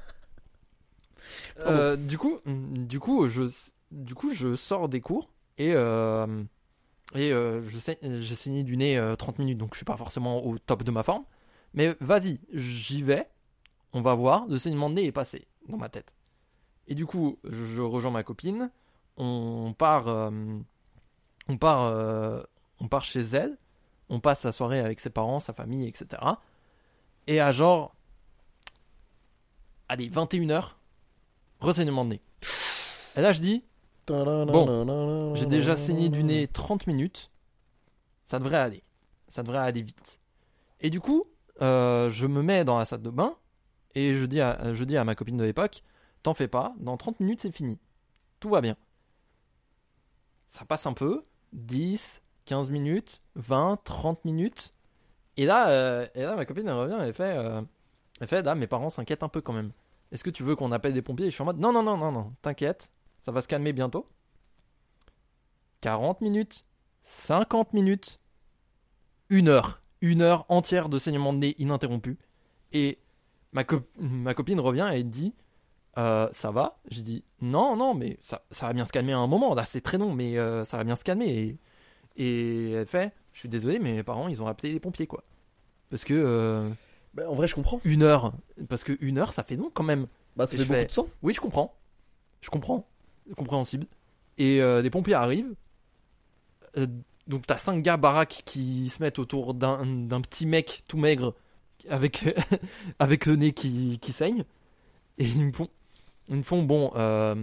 euh, du coup, du coup, je, du coup, je sors des cours et euh, et euh, je sais, j'ai saigné du nez euh, trente minutes, donc je suis pas forcément au top de ma forme. Mais vas-y, j'y vais. On va voir. Le saignement de nez est passé dans ma tête. Et du coup, je rejoins ma copine. On part, euh, on part, euh, on part chez elle. On passe la soirée avec ses parents, sa famille, et cetera. Et à genre allez, vingt et une heures, ressaignement de nez. Et là, je dis, Bon, j'ai déjà saigné du nez trente minutes, ça devrait aller. Ça devrait aller vite. Et du coup, euh, je me mets dans la salle de bain et je dis à, je dis à ma copine de l'époque, t'en fais pas, dans trente minutes, c'est fini. Tout va bien. Ça passe un peu, dix, quinze minutes, vingt, trente minutes. Et là, euh, et là ma copine, elle revient, elle fait... Euh, Elle fait, là, mes parents s'inquiètent un peu quand même. Est-ce que tu veux qu'on appelle des pompiers? Et je suis en mode, non, non, non, non, non, t'inquiète, ça va se calmer bientôt. quarante minutes, cinquante minutes, une heure. Une heure entière de saignement de nez ininterrompu. Et ma, co- ma copine revient et elle dit, euh, ça va? J'ai dit, non, non, mais ça, ça va bien se calmer à un moment. Là, c'est très long, mais euh, ça va bien se calmer. Et, et elle fait, je suis désolé, mais mes parents, ils ont appelé les pompiers, quoi. Parce que... Euh, Bah, en vrai, je comprends. Une heure. Parce que une heure, ça fait long quand même. Bah, ça Et fait je beaucoup fais- de sang. Oui, je comprends. Je comprends. Compréhensible. Et euh, les pompiers arrivent. Euh, donc t'as cinq gars baraques qui se mettent autour d'un, d'un petit mec tout maigre avec, avec le nez qui, qui saigne. Et ils me font, ils me font bon, euh,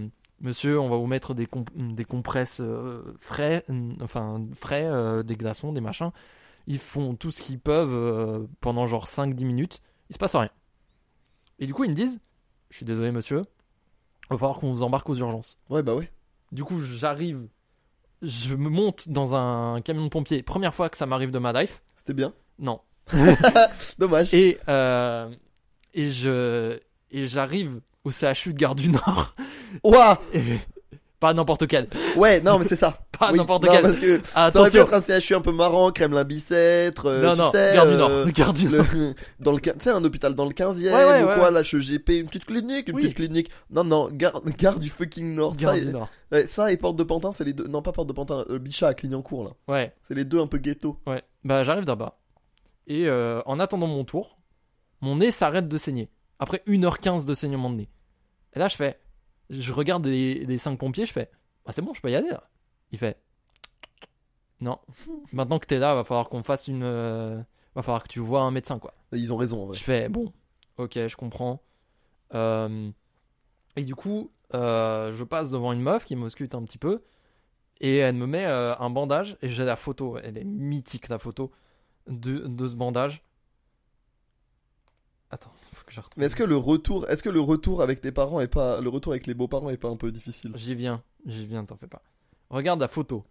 Monsieur, on va vous mettre des, comp- des compresses euh, frais, euh, enfin frais, euh, des glaçons, des machins. Ils font tout ce qu'ils peuvent euh, pendant genre cinq dix minutes. Il se passe rien. Et du coup, ils me disent, je suis désolé monsieur, il va falloir qu'on vous embarque aux urgences. Ouais, bah ouais. Du coup, j'arrive, je me monte dans un camion de pompiers. Première fois que ça m'arrive de ma life. C'était bien. Non. Dommage. Et, euh, et, je, et j'arrive au C H U de Gare du Nord. Ouah. Et- pas n'importe quel. Ouais, non, mais c'est ça. Pas Oui, n'importe non, quel. parce que ça aurait pu Attention. être un C H U un peu marrant, Kremlin-Bicêtre, euh, non, tu non, sais, Gare du euh, Nord. Gare du Nord. le, dans le, quin- tu sais, un hôpital dans le quinzième Ouais, ouais, ou ouais, quoi, ouais. là, H E G P, une petite clinique, une Oui. petite clinique. Non, non, gare, gare du fucking Nord. Gare ça, du et, Nord. ouais, ça et Porte de Pantin, c'est les deux. Non, pas Porte de Pantin, euh, Bichat à Clignancourt, là. Ouais, C'est les deux un peu ghetto. ouais. Bah, j'arrive là-bas. Et euh, en attendant mon tour, mon nez s'arrête de saigner. Après une heure quinze de saignement de nez. Et là, je fais. Je regarde des, des cinq pompiers, je fais. Ah, c'est bon, je peux y aller là. Il fait. Non. Maintenant que t'es là, va falloir qu'on fasse une. euh, Va falloir que tu vois un médecin, quoi. Ils ont raison, en vrai. Je fais. Bon, ok, je comprends. Euh, Et du coup, euh, je passe devant une meuf qui m'auscute un petit peu. Et elle me met euh, un bandage. Et j'ai la photo. Elle est mythique, la photo de, de ce bandage. Attends, faut que je retrouve. Mais est-ce que le retour, est-ce que le retour avec tes parents est pas, le retour avec les beaux-parents est pas un peu difficile? J'y viens, j'y viens, t'en fais pas. Regarde la photo.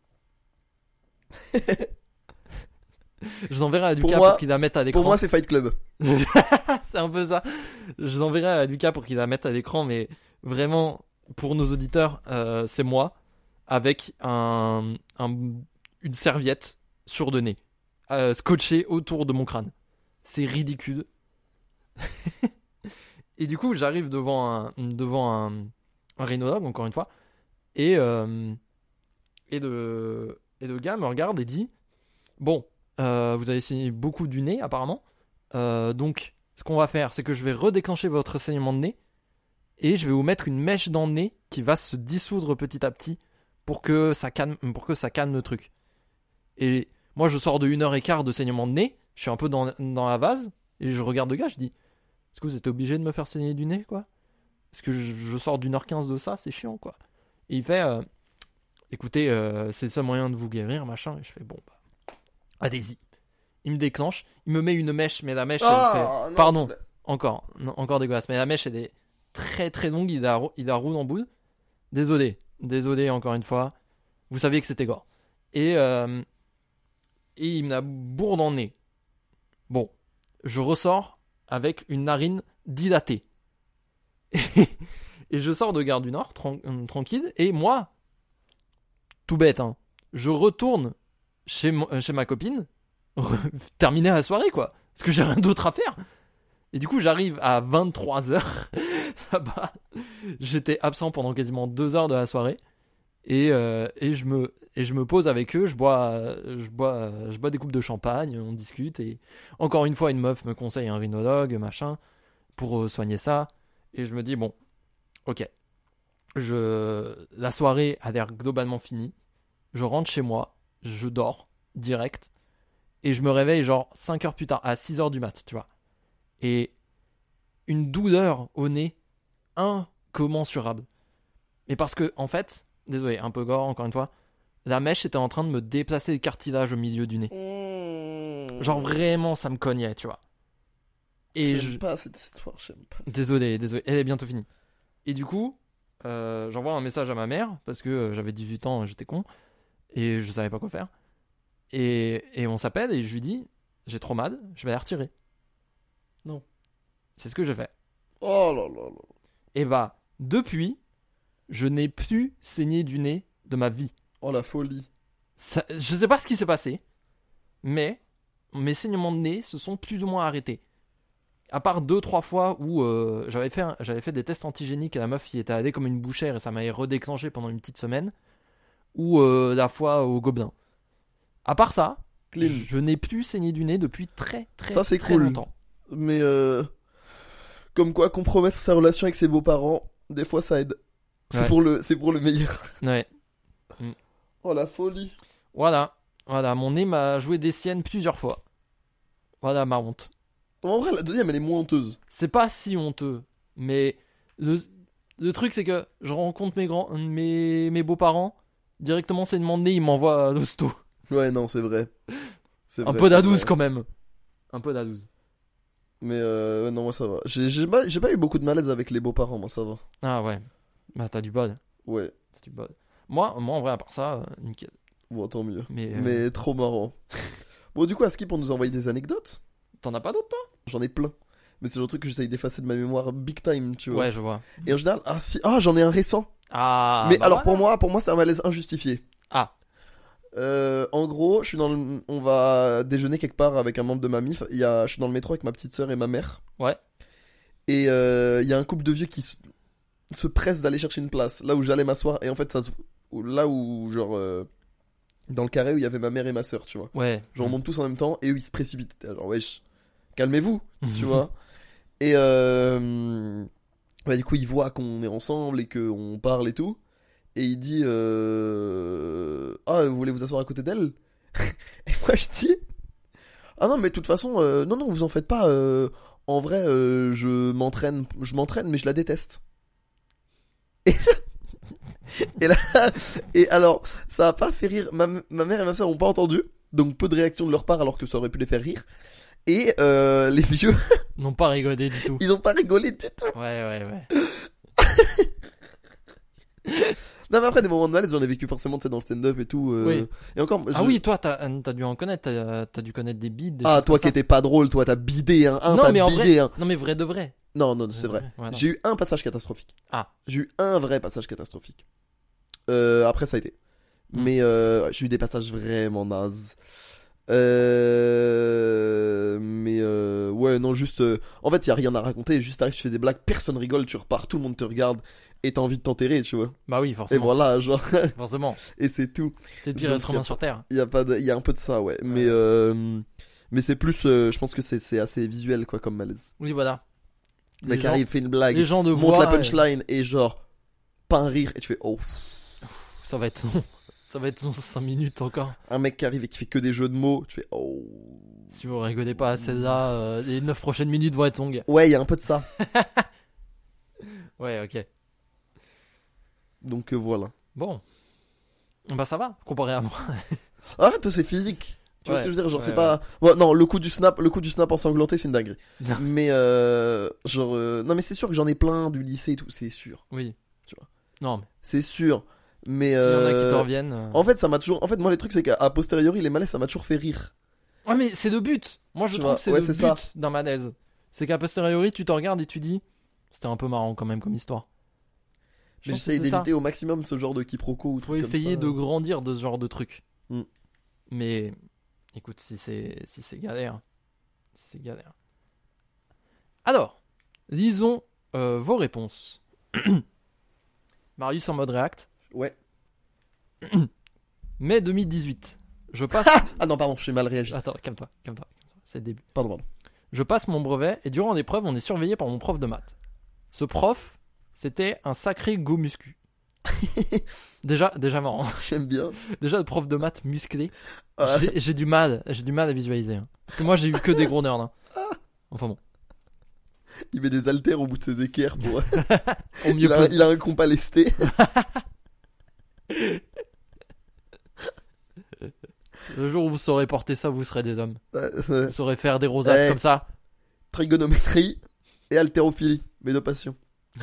Je vous enverrai à Lucas Pour pour, moi- qu'il la mette à l'écran. Pour moi, c'est Fight Club. C'est un peu ça. Je vous enverrai à Lucas pour qu'il la mette à l'écran, mais vraiment, pour nos auditeurs, euh, c'est moi avec un, un- une serviette sur le nez, euh, scotchée autour de mon crâne. C'est ridicule. Et du coup, j'arrive devant un, devant un, un rhinologue, encore une fois, et, euh, et, le, et le gars me regarde et dit bon, euh, vous avez saigné beaucoup du nez apparemment, euh, donc ce qu'on va faire, c'est que je vais redéclencher votre saignement de nez et je vais vous mettre une mèche dans le nez qui va se dissoudre petit à petit pour que ça calme, pour que ça calme le truc. Et moi, je sors de une heure et quart de saignement de nez, je suis un peu dans, dans la vase et je regarde le gars, je dis est-ce que vous êtes obligé de me faire saigner du nez, quoi? Parce que je, je sors d'une heure quinze de ça, c'est chiant, quoi. Et il fait, euh, écoutez, euh, c'est le seul moyen de vous guérir, machin. Et je fais, bon, bah, allez-y. Il me déclenche, il me met une mèche, mais la mèche, elle Ah, fait... non, Pardon, s'il te plaît. encore, non, encore dégueulasse. Mais la mèche, elle est très très longue, il la, il la roule en boule. Désolé, désolé encore une fois. Vous saviez que c'était gore. Et, euh, et il me la bourre dans le nez. Bon, je ressors avec une narine dilatée. Et je sors de Gare du Nord, tran- euh, tranquille, et moi, tout bête, hein, je retourne chez, mo- euh, chez ma copine, terminer la soirée, quoi, parce que j'ai rien d'autre à faire. Et du coup, j'arrive à vingt-trois heures, là-bas, j'étais absent pendant quasiment deux heures de la soirée, et, euh, et, je, me, et je me pose avec eux, je bois, je, bois, je bois des coupes de champagne, on discute, et encore une fois, une meuf me conseille un rhinologue, machin, pour euh, soigner ça, et je me dis, bon, ok, je... la soirée a l'air globalement finie. Je rentre chez moi, je dors direct et je me réveille genre cinq heures plus tard, à six heures du mat, tu vois. Et une douleur au nez incommensurable. Mais parce que, en fait, désolé, un peu gore encore une fois, la mèche était en train de me déplacer le cartilage au milieu du nez. Mmh. Genre vraiment, ça me cognait, tu vois. Et J'aime je... pas cette histoire, j'aime pas. cette- Désolé, désolé, elle est bientôt finie. Et du coup, euh, j'envoie un message à ma mère parce que euh, j'avais dix-huit ans, j'étais con et je savais pas quoi faire. Et, et on s'appelle et je lui dis j'ai trop mal, je vais la retirer. Non. C'est ce que je fais. Oh là là là. Et bah, depuis, je n'ai plus saigné du nez de ma vie. Oh la folie. Ça, je sais pas ce qui s'est passé, mais mes saignements de nez se sont plus ou moins arrêtés. À part deux, trois fois où euh, j'avais, fait un- j'avais fait des tests antigéniques et la meuf y était allée comme une bouchère et ça m'avait redéclenché pendant une petite semaine. Ou euh, la fois au Gobelin. À part ça, Clean. je n'ai plus saigné du nez depuis très très, Ça, c'est très cool. longtemps. Mais euh, comme quoi compromettre sa relation avec ses beaux-parents, des fois ça aide. C'est Ouais. pour le, c'est pour le meilleur. Ouais. Oh la folie. Voilà. Voilà, mon nez m'a joué des siennes plusieurs fois. Voilà ma honte. En vrai, la deuxième elle est moins honteuse. C'est pas si honteux, mais le... Le truc, c'est que je rencontre mes grands, mes, mes beaux-parents. Directement, c'est demandé, ils m'envoient à l'hosto. Ouais, non, c'est vrai. C'est Un vrai, peu c'est d'adouce vrai. quand même. Un peu d'adouce. Mais euh, ouais, non, moi ça va. J'ai j'ai pas, j'ai pas eu beaucoup de malaise avec les beaux-parents, moi ça va. Ah ouais. Bah t'as du bol. Ouais, T'as du bol. Moi, moi en vrai, à part ça, euh, nickel. bon, tant mieux. Mais, euh, Mais trop marrant. Bon, du coup, Aski, pour nous envoyer des anecdotes, t'en as pas d'autres, toi? j'en ai plein. Mais c'est le truc que j'essaye d'effacer de ma mémoire big time, tu vois. Ouais, je vois. Et en général, ah si, ah j'en ai un récent. Ah. Mais bah alors pour voilà. moi, pour moi, c'est un malaise injustifié. Ah. Euh, en gros, je suis dans le... on va déjeuner quelque part avec un membre de ma mif. Il y a... Je suis dans le métro avec ma petite sœur et ma mère. Ouais. Et euh, il y a un couple de vieux qui se, se presse d'aller chercher une place. Là où j'allais m'asseoir. Et en fait, ça se... là où, genre, euh, dans le carré où il y avait ma mère et ma sœur, tu vois. Ouais. Genre, on monte tous en même temps et eux ils se précipitent. T'es là, genre, wesh, calmez-vous, tu vois. Et euh... bah, du coup, il voit qu'on est ensemble et qu'on parle et tout. Et il dit euh... Ah, vous voulez vous asseoir à côté d'elle? Et moi je dis Ah non, mais de toute façon, euh, non, non, vous en faites pas. euh, En vrai, euh, je m'entraîne, je m'entraîne, mais je la déteste. Et, et là, et alors, ça a pas fait rire. Ma, ma mère et ma soeur ont pas entendu, donc peu de réaction de leur part, alors que ça aurait pu les faire rire. Et euh, les vieux, N'ont pas rigolé du tout. ils ont pas rigolé du tout. Ouais, ouais, ouais. Non, mais après, des moments de malaise, j'en ai vécu forcément, tu sais, dans le stand-up et tout. euh, Oui. Et encore, Ah je- oui, toi, t'as, t'as dû en connaître. T'as, t'as dû connaître des bides. Des Ah, choses toi comme qui ça. étais pas drôle, toi, t'as bidé un, un Non, t'as mais en bidé vrai. un. Non, mais vrai de vrai. Non, non, c'est Vrai vrai. de Ouais, non. J'ai eu un passage catastrophique. Ah. J'ai eu un vrai passage catastrophique. Euh, après, ça a été. Hmm. Mais euh, j'ai eu des passages vraiment nazes. Euh, mais euh, ouais, non, juste. euh, En fait, y a rien à raconter. Juste t'arrives, tu fais des blagues, personne rigole, tu repars, tout le monde te regarde et t'as envie de t'enterrer, tu vois. Bah oui, Et forcément. voilà, genre. Forcément. Et c'est tout. T'es le pire Donc, être y a humain pas- sur Terre. Il y a pas, de... y a un peu de ça, ouais. Mais euh... mais c'est plus. euh, Je pense que c'est c'est assez visuel, quoi, comme malaise. Oui, voilà. Le mec Les gens- arrive, fait une blague, Les gens de monte voix. la punchline et genre pas un rire et tu fais oh. Ça va être long. Ça va être long cinq minutes encore. Un mec qui arrive et qui fait que des jeux de mots, tu fais oh. Si vous rigolez pas à celle-là, euh, les neuf prochaines minutes vont être longues. Ouais, il y a un peu de ça. Ouais, ok. Donc euh, voilà. Bon. Bah ça va, comparé à moi. Arrête, c'est physique. Tu vois Ouais, ce que je veux dire? Genre ouais, c'est pas. Ouais, non, le coup du snap, le coup du snap ensanglanté, c'est une dinguerie. Non. Mais euh... genre euh, non mais c'est sûr que j'en ai plein du lycée et tout, c'est sûr. Oui. Tu vois. Non, mais C'est sûr. Mais s'il y en a qui euh... te reviennent. euh, en fait, ça m'a toujours en fait moi les trucs c'est qu'à à posteriori les malaises ça m'a toujours fait rire. Ouais, mais c'est le but. Moi, je Tu trouve vois, que c'est ouais, le c'est but ça. d'un malaise. C'est qu'à posteriori, tu te regardes et tu dis, c'était un peu marrant quand même comme histoire. Je Mais pense que j'essaye c'est ça. d'éviter au maximum ce genre de quiproquo ou Faut trucs comme essayer ça. de grandir de ce genre de truc. Mm. Mais écoute, si c'est si c'est galère, si c'est galère. Alors, lisons euh, vos réponses. Marius en mode React. Ouais. Mai deux mille dix-huit. Je passe. Ah non, pardon, je suis mal réagi. Attends, calme-toi, calme-toi. calme-toi. C'est le début. Pardon, pardon. Je passe mon brevet et durant l'épreuve, on est surveillé par mon prof de maths. Ce prof, c'était un sacré go muscu. déjà, déjà marrant. J'aime bien. Déjà le prof de maths musclé. Ah, J'ai, j'ai du mal, j'ai du mal à visualiser. hein. Parce que moi, j'ai eu que des gros nerds. hein. Enfin bon, il met des haltères au bout de ses équerres pour. au mieux il, a, que- il a un compas lesté. le jour où vous saurez porter ça, vous serez des hommes. Euh, Vous saurez faire des rosaces Eh. comme ça. Trigonométrie et haltérophilie, mes deux passions.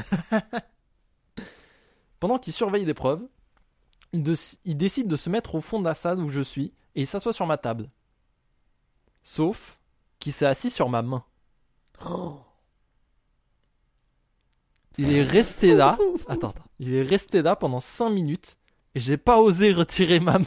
Pendant qu'il surveille l'épreuve, il, de- il décide de se mettre au fond de la salle où je suis et il s'assoit sur ma table. Sauf qu'il s'est assis sur ma main. Oh. Il est resté là. Attends, attends. Il est resté là pendant cinq minutes et j'ai pas osé retirer ma main.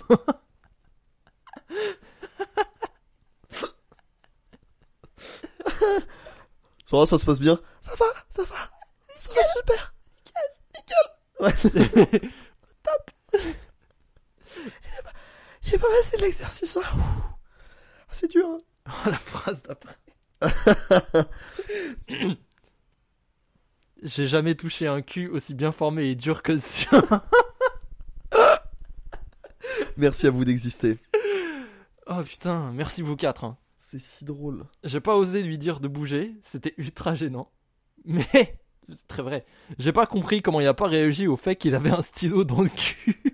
Ça va, ça se passe bien. Ça va, ça va. Ça va super. Nickel. Nickel. Ouais. Top. J'ai pas passé de l'exercice, hein. Ouh. C'est dur, hein. Oh, la phrase d'après. J'ai jamais touché un cul aussi bien formé et dur que le sien. Merci à vous d'exister. Oh putain, merci vous quatre. hein. C'est si drôle. J'ai pas osé lui dire de bouger, c'était ultra gênant. Mais C'est très vrai. J'ai pas compris comment il a pas réagi au fait qu'il avait un stylo dans le cul.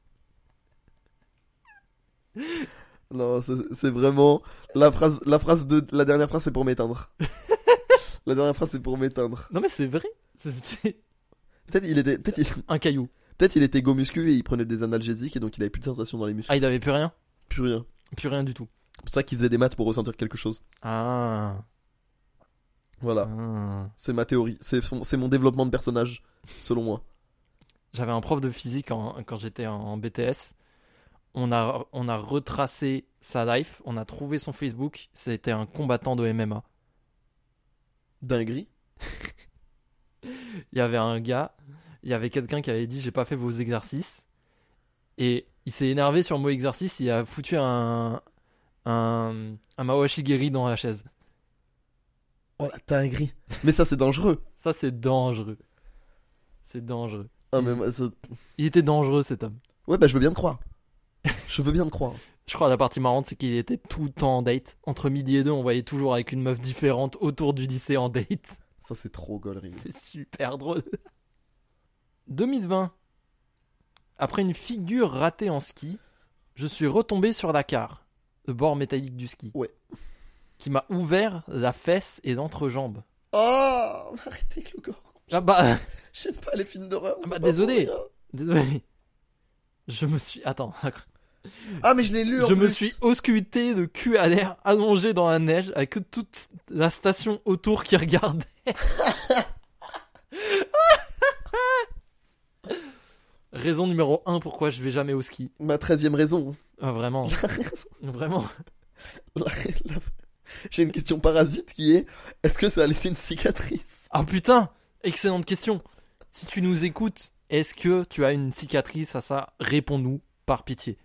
Non, c'est, c'est vraiment la phrase, la phrase de la dernière phrase, c'est pour m'éteindre. La dernière phrase, c'est pour m'éteindre. Non mais c'est vrai. C'était Peut-être il était, peut-être il, un caillou. peut-être il était go muscu et il prenait des analgésiques et donc il avait plus de sensation dans les muscles. Ah, il avait plus rien. Plus rien. Plus rien du tout. C'est pour ça qu'il faisait des maths pour ressentir quelque chose. Ah. Voilà. Ah. C'est ma théorie. C'est, son- c'est mon développement de personnage, selon moi. J'avais un prof de physique en- quand j'étais en B T S. On a, on a retracé sa life. On a trouvé son Facebook. C'était un combattant de M M A. Dinguerie. Il y avait un gars, il y avait quelqu'un qui avait dit j'ai pas fait vos exercices. Et il s'est énervé sur le mot exercice. Il a foutu un, un, un Mawashigiri dans la chaise. Oh la dinguerie. Mais ça, c'est dangereux. Ça, c'est dangereux. C'est dangereux. Ah, mais moi, ça- Il était dangereux cet homme. Ouais, bah je veux bien te croire. Je veux bien te croire. Je crois que la partie marrante, c'est qu'il était tout le temps en date. Entre midi et deux, on voyait toujours avec une meuf différente autour du lycée en date. Ça, c'est trop gaulerie. C'est super drôle. deux mille vingt. Après une figure ratée en ski, je suis retombé sur la carre, le bord métallique du ski. Ouais. Qui m'a ouvert la fesse et l'entrejambe. Oh, arrêtez avec le corps. Ah bah, J'aime pas les films d'horreur. Ah c'est bah, pas désolé. pour rien. désolé. Je me suis... Attends. Ah, mais je l'ai lu en Je me plus. suis ausculté de cul à l'air, allongé dans la neige, avec toute la station autour qui regardait. Raison numéro un pourquoi je vais jamais au ski. Ma treizième raison. Ah, vraiment, vraiment. La- la- J'ai une question parasite qui est est-ce que ça a laissé une cicatrice? Ah putain, excellente question. Si tu nous écoutes, est-ce que tu as une cicatrice à ça? Réponds-nous, par pitié.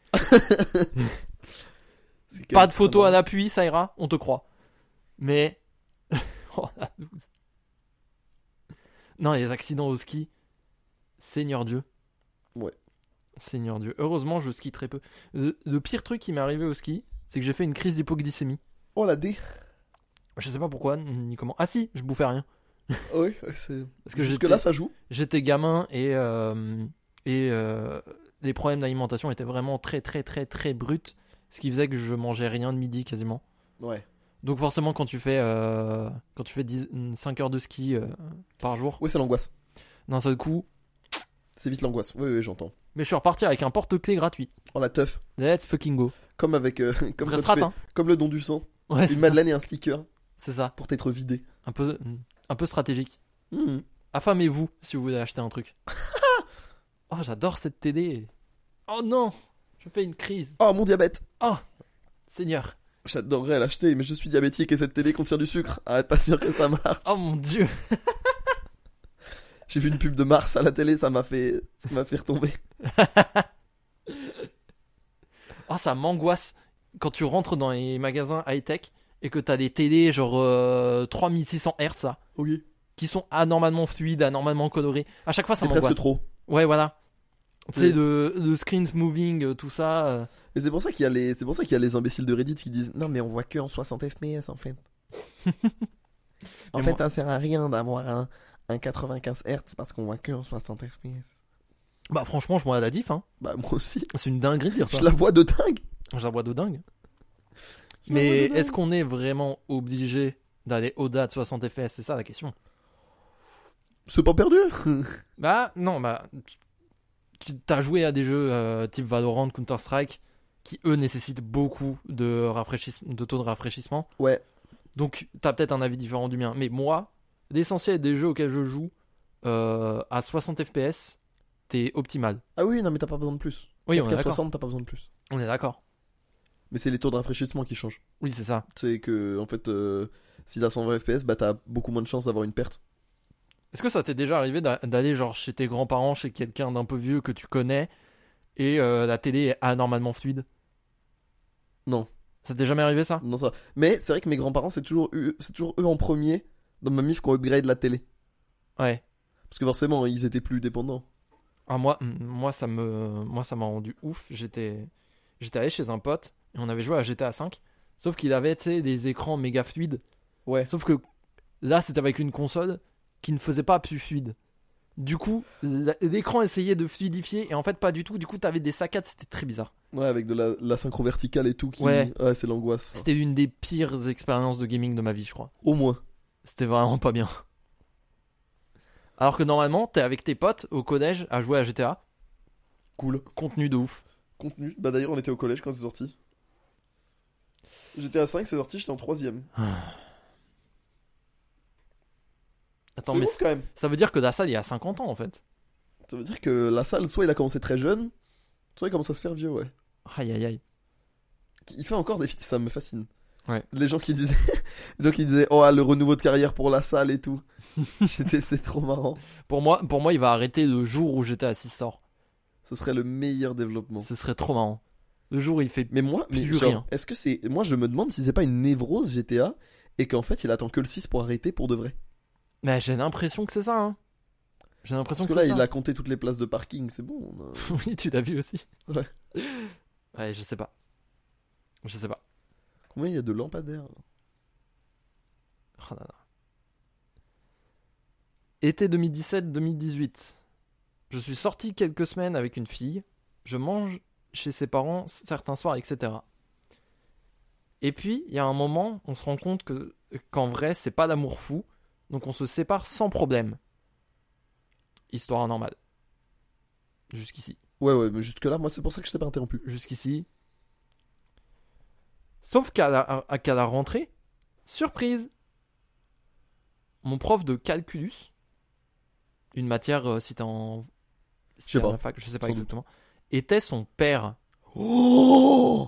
C'est Pas de quand photo même à l'appui, ça ira, on te croit. Mais... Oh, la loose. Non, les accidents au ski, Seigneur Dieu. Ouais. Seigneur Dieu. Heureusement, je skie très peu. Le, le pire truc qui m'est arrivé au ski, c'est que j'ai fait une crise d'hypoglycémie. Oh la D. Je sais pas pourquoi, ni comment. Ah si, je bouffais rien. Oui, ouais, c'est. Parce que Jusque j'étais- là, ça joue. J'étais gamin et, euh, et euh, les problèmes d'alimentation étaient vraiment très très très très bruts. Ce qui faisait que je mangeais rien de midi quasiment. Ouais. Donc forcément quand tu fais, euh, quand tu fais dix, cinq heures de ski euh, par jour, Oui, c'est l'angoisse. d'un seul coup. C'est vite l'angoisse. Oui, oui, j'entends. Mais je suis reparti avec un porte-clés gratuit. Oh la teuf. Let's fucking go. Comme avec. euh, comme, quand tu Restera, fais- hein. comme le don du sang. Ouais, c'est Une ça. madeleine et un sticker C'est ça. pour t'être vidé. Un peu, un peu stratégique. Mhm. Affamez-vous si vous voulez acheter un truc. Oh, j'adore cette télé. Oh non, je fais une crise. Oh mon diabète. Oh, Seigneur. J'adorerais l'acheter, mais je suis diabétique et cette télé contient du sucre. Arrête pas sûr que ça marche. Oh mon Dieu. J'ai vu une pub de Mars à la télé, ça m'a fait, ça m'a fait retomber. Oh, ça m'angoisse quand tu rentres dans les magasins high-tech et que t'as des télés genre euh, trois mille six cents hertz là, Oui. qui sont anormalement fluides, anormalement colorés. À chaque fois, ça C'est presque m'angoisse. trop. Ouais, voilà. Tu Oui. sais, de, de screens moving, euh, tout ça. euh. Mais c'est pour ça qu'il y a les, c'est pour ça qu'il y a les imbéciles de Reddit qui disent non mais on voit que en soixante F P S en fait. en Mais fait, moi- ça sert à rien d'avoir un, un quatre-vingt-quinze hertz parce qu'on voit que en soixante F P S. Bah, franchement, je vois la diff, hein. Bah moi aussi. C'est une dinguerie de dire ça. Je la vois de dingue. Je la vois de dingue. Je la Mais vois de dingue. est-ce qu'on est vraiment obligé d'aller au-delà de soixante F P S? C'est ça la question. C'est pas perdu. Bah, non, bah. Tu as joué à des jeux euh, type Valorant, Counter-Strike, qui eux nécessitent beaucoup de, rafraîchissement, de taux de rafraîchissement. Ouais. Donc, t'as peut-être un avis différent du mien. Mais moi, l'essentiel des jeux auxquels je joue, euh, à soixante F P S, t'es optimal. Ah oui, non mais t'as pas besoin de plus. Oui, on est quatre K d'accord. soixante, t'as pas besoin de plus. On est d'accord. Mais c'est les taux de rafraîchissement qui changent. Oui, c'est ça. C'est que en fait, euh, si t'as cent vingt F P S, bah t'as beaucoup moins de chances d'avoir une perte. Est-ce que ça t'est déjà arrivé d'a- d'aller genre chez tes grands-parents, chez quelqu'un d'un peu vieux que tu connais, et euh, la télé est anormalement fluide? Non. Ça t'est jamais arrivé ça? Non ça. Mais c'est vrai que mes grands-parents, c'est toujours eux, c'est toujours eux en premier dans ma mif qui ont upgrade la télé. Ouais. Parce que forcément, ils étaient plus dépendants. Ah, moi, m- moi, ça me, moi, ça m'a rendu ouf. J'étais, j'étais allé chez un pote et on avait joué à G T A cinq. Sauf qu'il avait, tu sais, des écrans méga fluides. Ouais. Sauf que là, c'était avec une console qui ne faisait pas plus fluide. Du coup, la- l'écran essayait de fluidifier et en fait pas du tout. Du coup, t'avais des saccades, c'était très bizarre. Ouais, avec de la, la synchro verticale et tout. Qui... Ouais. Ouais, c'est l'angoisse. ça. C'était une des pires expériences de gaming de ma vie, je crois. Au moins. C'était vraiment pas bien. Alors que normalement, t'es avec tes potes au collège à jouer à G T A. Cool. Contenu de ouf. Contenu. Bah d'ailleurs, on était au collège quand c'est sorti. J'étais à cinq, c'est sorti, j'étais en troisième. Attends, C'est mais ouf quand même. ça veut dire que la salle il y a cinquante ans en fait. Ça veut dire que la salle, soit il a commencé très jeune, soit il commence à se faire vieux, ouais. Aïe aïe aïe. Il fait encore des vidéos, ça me fascine. Ouais. Les gens qui disaient, les gens qui disaient, oh ah, le renouveau de carrière pour la salle et tout. C'était, c'est trop marrant. Pour moi, pour moi, il va arrêter le jour où G T A six sort. Ce serait le meilleur développement. Ce serait trop marrant. Le jour où il fait. Mais moi, mais Plus genre, rien. est-ce que c'est, moi je me demande si c'est pas une névrose G T A et qu'en fait il attend que le six pour arrêter pour de vrai. Mais j'ai l'impression que c'est ça. Hein. J'ai l'impression Parce que, que là c'est il ça. a compté toutes les places de parking, c'est bon. on a- Oui, tu l'as vu aussi. Ouais. Ouais, je sais pas. Je sais pas. Combien il y a de lampadaires? Oh là là. Été deux mille dix-sept deux mille dix-huit. Je suis sorti quelques semaines avec une fille. Je mange chez ses parents certains soirs, et cetera. Et puis, il y a un moment, on se rend compte que qu'en vrai, c'est pas l'amour fou. Donc on se sépare sans problème. Histoire normale. Jusqu'ici. Ouais ouais, mais jusque là, moi c'est pour ça que je t'ai pas interrompu. Jusqu'ici. Sauf qu'à la, à- qu'à la rentrée, surprise, mon prof de calculus, une matière, euh, si t'es en... si Je sais t'es à pas. la fac, je sais pas Sans exactement, était son père. Oh,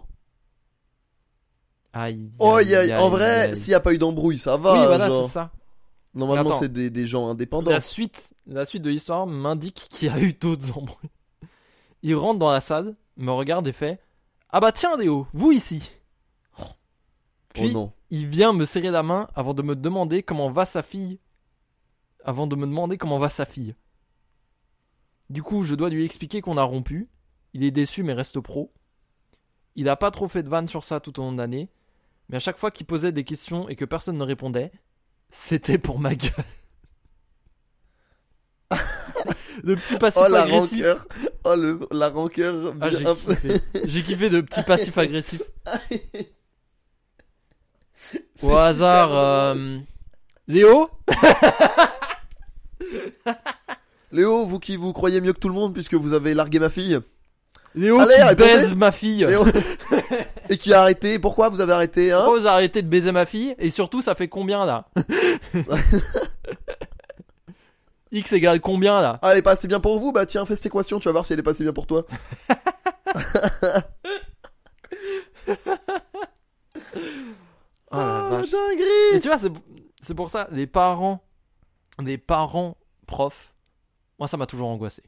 Aïe. oh aïe, y a- en aïe, vrai, aïe. s'il y a pas eu d'embrouille, ça va. Oui, voilà, genre. c'est ça. Normalement, Attends. c'est des, des gens indépendants. La suite, la suite de l'histoire m'indique qu'il y a eu d'autres embrouilles. Il rentre dans la salle, me regarde et fait « Ah bah tiens Léo, vous ici !» Puis, Oh non. il vient me serrer la main avant de me demander comment va sa fille. Avant de me demander comment va sa fille. Du coup, je dois lui expliquer qu'on a rompu. Il est déçu mais reste pro. Il a pas trop fait de vannes sur ça tout au long de l'année. Mais à chaque fois qu'il posait des questions et que personne ne répondait, c'était pour ma gueule. Le petit passif Oh la agressif. rancœur. Oh le, la rancœur. Ah, bien j'ai un peu- kiffé. J'ai kiffé de petit passif agressif. C'est Au hasard, super euh... Léo. Léo, vous qui vous croyez mieux que tout le monde puisque vous avez largué ma fille. Léo Allez, qui répondez. baise ma fille. Léo. Et qui a arrêté. Pourquoi vous avez arrêté, hein? Pourquoi vous arrêtez de baiser ma fille? Et surtout, ça fait combien là? X égale combien là? Ah, elle est pas assez bien pour vous? Bah tiens, fais cette équation, tu vas voir si elle est pas assez bien pour toi. Oh la Ah, vache. la dinguerie. Et tu vois, c'est, c'est pour ça, les parents, les parents profs, moi ça m'a toujours angoissé.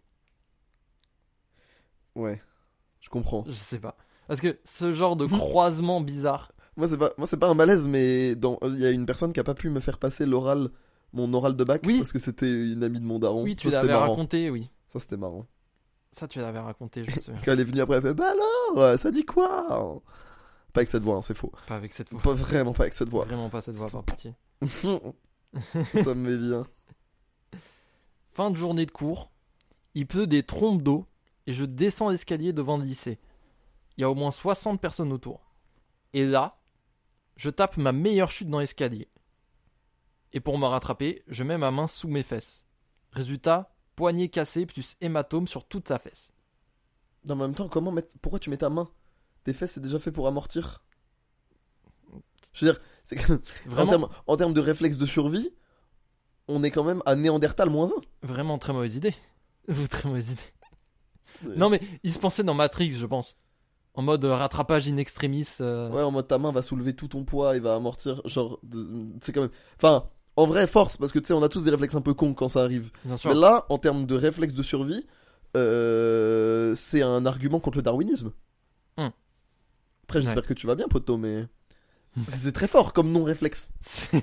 Ouais, je comprends. Je sais pas. Parce que ce genre de Mhm. croisement bizarre. Moi c'est pas, moi c'est pas un malaise, mais dans, il y a une personne qui a pas pu me faire passer l'oral, mon oral de bac, Oui. parce que c'était une amie de mon daron. Oui, tu Ça, c'était l'avais marrant. raconté, oui. Ça c'était marrant. Ça, tu l'avais raconté, je me souviens. Quand elle est venue après, elle fait bah alors, ça dit quoi? Pas avec cette voix, hein, c'est faux. Pas avec cette voix. Pas vraiment pas avec cette voix. Vraiment pas cette voix, par pitié. Ça me met bien. Fin de journée de cours, il pleut des trompes d'eau et je descends l'escalier devant le lycée. Il y a au moins soixante personnes autour. Et là, je tape ma meilleure chute dans l'escalier. Et pour me rattraper, je mets ma main sous mes fesses. Résultat, poignet cassé plus hématome sur toute sa fesse. Non, mais en même temps, comment mettre, pourquoi tu mets ta main? Tes fesses c'est déjà fait pour amortir. Je veux dire, c'est que, en Vraiment, termes, en termes de réflexe de survie, on est quand même à Néandertal moins un. vraiment très mauvaise idée. Très mauvaise idée. Non mais, il se pensait dans Matrix, je pense. En mode euh, rattrapage in extremis. euh, Ouais, en mode ta main va soulever tout ton poids et va amortir. Genre, de- c'est quand même. Enfin, en vrai, force, parce que tu sais, on a tous des réflexes un peu cons quand ça arrive. Bien sûr. Mais là, en termes de réflexe de survie, euh, c'est un argument contre le darwinisme. Hmm. Après, j'espère Ouais. que tu vas bien, poto, mais. c'est- C'est très fort comme non-réflexe. C'est...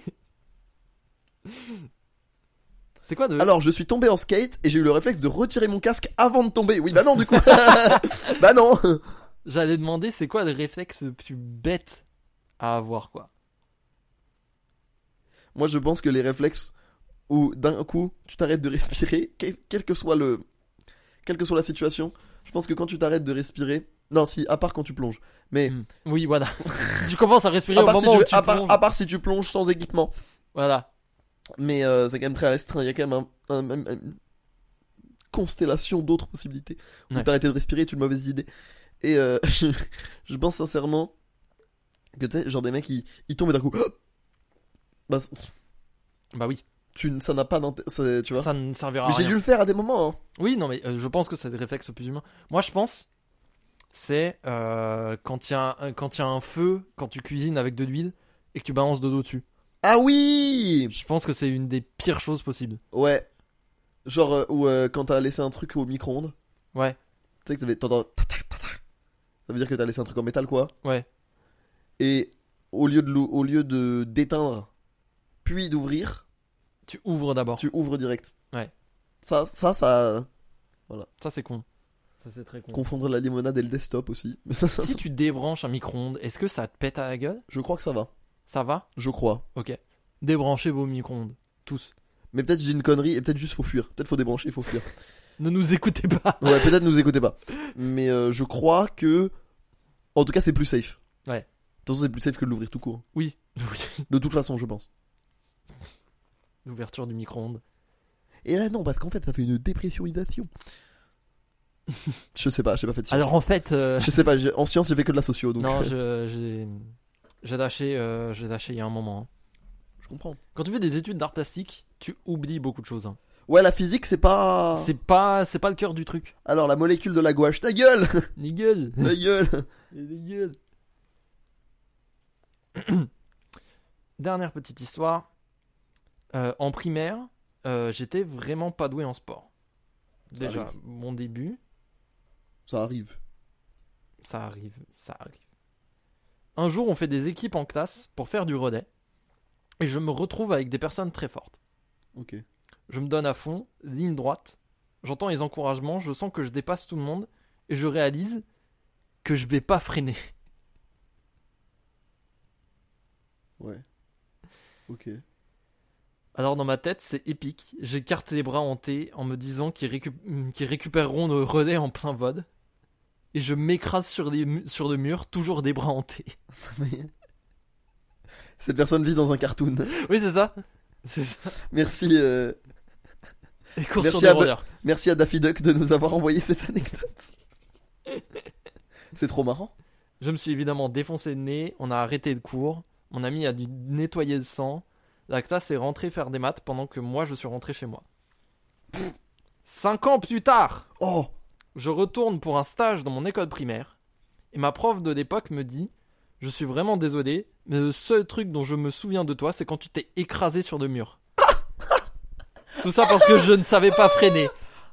C'est quoi de... Alors, je suis tombé en skate et j'ai eu le réflexe de retirer mon casque avant de tomber. Oui, bah non, du coup. Bah non. J'allais demander c'est quoi le réflexe le plus bête à avoir, quoi. Moi, je pense que les réflexes où d'un coup tu t'arrêtes de respirer, quel, quel que soit le, quelle que soit la situation. Je pense que quand tu t'arrêtes de respirer, non si, à part quand tu plonges, mais Mm. Oui, voilà. Si tu commences à respirer à au part, si moment tu, où tu à, part, plonges, à part si tu plonges sans équipement, voilà. mais euh, c'est quand même très restreint. Il y a quand même un, un- un- une constellation d'autres possibilités où Ouais. t'arrêter de respirer est une mauvaise idée. Et euh, je, je pense sincèrement que tu sais, genre des mecs ils, ils tombent et d'un coup, bah Bah oui. tu, ça n'a pas d'intérêt, tu vois. Ça ne servira à Mais j'ai rien. dû le faire à des moments. Hein. Oui, non, mais euh, je pense que c'est des réflexes plus humains. Moi, je pense, c'est euh, quand il y, a un- quand il y a un feu, quand tu cuisines avec de l'huile et que tu balances de l'eau dessus. Ah oui. Je pense que c'est une des pires choses possibles. Ouais. Genre euh, ou euh, quand t'as laissé un truc au micro-ondes, Ouais, tu sais que ça fait t'entends tac, tac, tac, tac. Ça veut dire que t'as laissé un truc en métal quoi. ouais. Et au lieu de l'eau- au lieu de d'éteindre puis d'ouvrir, Tu ouvres d'abord. tu ouvres direct. Ouais. Ça ça ça Ça, c'est con. Ça, c'est très con. confondre la limonade et le desktop aussi. Mais ça, ça- Si tu débranches un micro-ondes, est-ce que ça te pète à la gueule? je crois que ça va. Ça va? Je crois. Ok. Débranchez vos micro-ondes. Tous. Mais peut-être j'ai une connerie et peut-être juste faut fuir. Peut-être faut débrancher, il faut fuir. Ne nous écoutez pas. Ouais, peut-être nous écoutez pas. Mais euh, je crois que en tout cas c'est plus safe. Ouais. De toute façon c'est plus safe que de l'ouvrir tout court. Oui. De toute façon je pense. L'ouverture du micro-ondes. Et là non parce qu'en fait ça fait une dépressurisation. Je sais pas, j'ai pas fait de science. Alors en fait, euh, Je sais pas, j'ai- en science j'ai fait que de la socio donc. non, euh, je- j'ai j'ai lâché, euh, j'ai lâché il y a un moment. hein. je comprends. Quand tu fais des études d'art plastique, tu oublies beaucoup de choses. hein. Ouais la physique c'est pas. C'est pas, c'est pas le cœur du truc. Alors la molécule de la gouache, ta gueule, Nigel. ta gueule. Nigel. Dernière petite histoire. Euh, en primaire, euh, j'étais vraiment pas doué en sport. Ça Déjà, arrive. mon début, Ça arrive. ça arrive, ça arrive. Un jour, on fait des équipes en classe pour faire du relais. Et je me retrouve avec des personnes très fortes. Ok. Je me donne à fond, ligne droite. J'entends les encouragements, je sens que je dépasse tout le monde. Et je réalise que je vais pas freiner. Ouais. Ok. Alors dans ma tête, c'est épique. J'écarte les bras en T en me disant qu'ils récup- qu'ils récupéreront le relais en plein vol. Et je m'écrase sur, des mu- sur le mur, toujours des bras en T. Cette personne vit dans un cartoon. Oui, c'est ça. C'est ça. Merci, euh, Et cours Merci sur des à- rollers. merci à Daffy Duck de nous avoir envoyé cette anecdote. C'est trop marrant. Je me suis évidemment défoncé le nez, on a arrêté le cours, mon ami a dû nettoyer le sang, la classe est rentrée faire des maths pendant que moi je suis rentré chez moi. Pff. Cinq ans plus tard, Oh, je retourne pour un stage dans mon école primaire, et ma prof de l'époque me dit « Je suis vraiment désolé, mais le seul truc dont je me souviens de toi, c'est quand tu t'es écrasé sur le mur. » Tout ça parce que je ne savais pas freiner.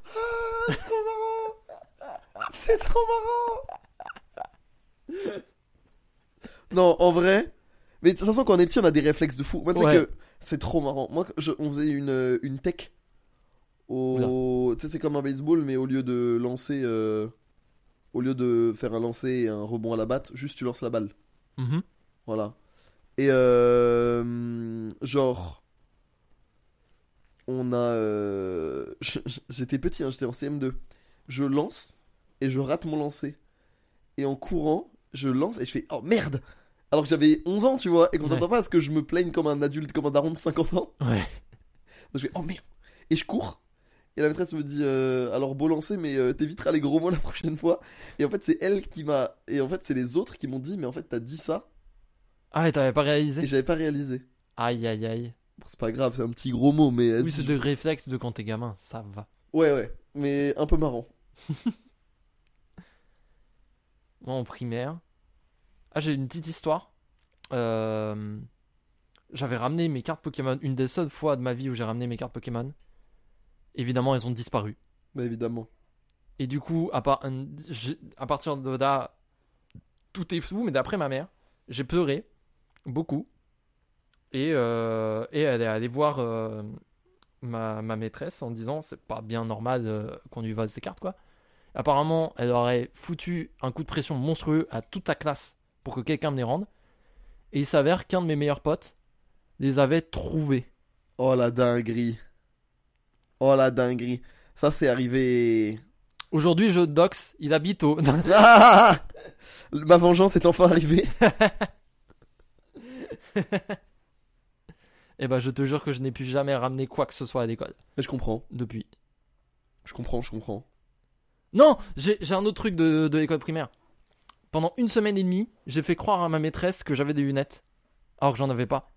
c'est trop marrant. Non, en vrai. Mais de toute façon, quand on est petit, on a des réflexes de fou. Moi, tu sais Ouais. que c'est trop marrant. Moi, je- on faisait une, une tech. Au... Tu sais, c'est comme un baseball, mais au lieu de lancer. euh, Au lieu de faire un lancer et un rebond à la batte, juste tu lances la balle. Mhm. Voilà. Et euh, genre, on a. euh, J'étais petit, hein, j'étais en C M deux. Je lance et je rate mon lancer. Et en courant, je lance et je fais oh merde! Alors que j'avais onze ans, tu vois, et qu'on Ouais. s'attend pas à ce que je me plaigne comme un adulte, comme un daron de cinquante ans. Ouais. Donc je fais oh merde! Et je cours. Et la maîtresse me dit euh, alors beau lancer, mais euh, t'éviteras les gros mots la prochaine fois. Et en fait, c'est elle qui m'a. Et en fait, c'est les autres qui m'ont dit mais en fait, t'as dit ça Ah, et t'avais pas et réalisé? j'avais pas réalisé. Aïe, aïe, aïe. Bon, c'est pas grave, c'est un petit gros mot, mais. euh, Oui, si c'est je- de réflexe de quand t'es gamin, ça va. Ouais, ouais, mais un peu marrant. Moi, en primaire. Ah, j'ai une petite histoire. Euh, J'avais ramené mes cartes Pokémon. Une des seules fois de ma vie où j'ai ramené mes cartes Pokémon. Évidemment, elles ont disparu. Bah, évidemment. Et du coup, à, part, j'ai- à partir de là, tout est flou. Mais d'après ma mère, j'ai pleuré beaucoup. Et, euh, et elle est allée voir euh, ma, ma maîtresse en disant c'est pas bien normal euh, qu'on lui vole ses cartes, quoi. Apparemment, elle aurait foutu un coup de pression monstrueux à toute la classe pour que quelqu'un me les rende. Et il s'avère qu'un de mes meilleurs potes les avait trouvés. Oh la dinguerie. Oh la dinguerie. Ça, c'est arrivé. Aujourd'hui, je dox, il habite au... Ah Ma vengeance est enfin arrivée. Eh ben, je te jure que je n'ai plus jamais ramené quoi que ce soit à l'école. Je comprends. Depuis. Je comprends, je comprends. Non, j'ai j'ai un autre truc de, de l'école primaire. Pendant une semaine et demie, j'ai fait croire à ma maîtresse que j'avais des lunettes. Alors que j'en avais pas.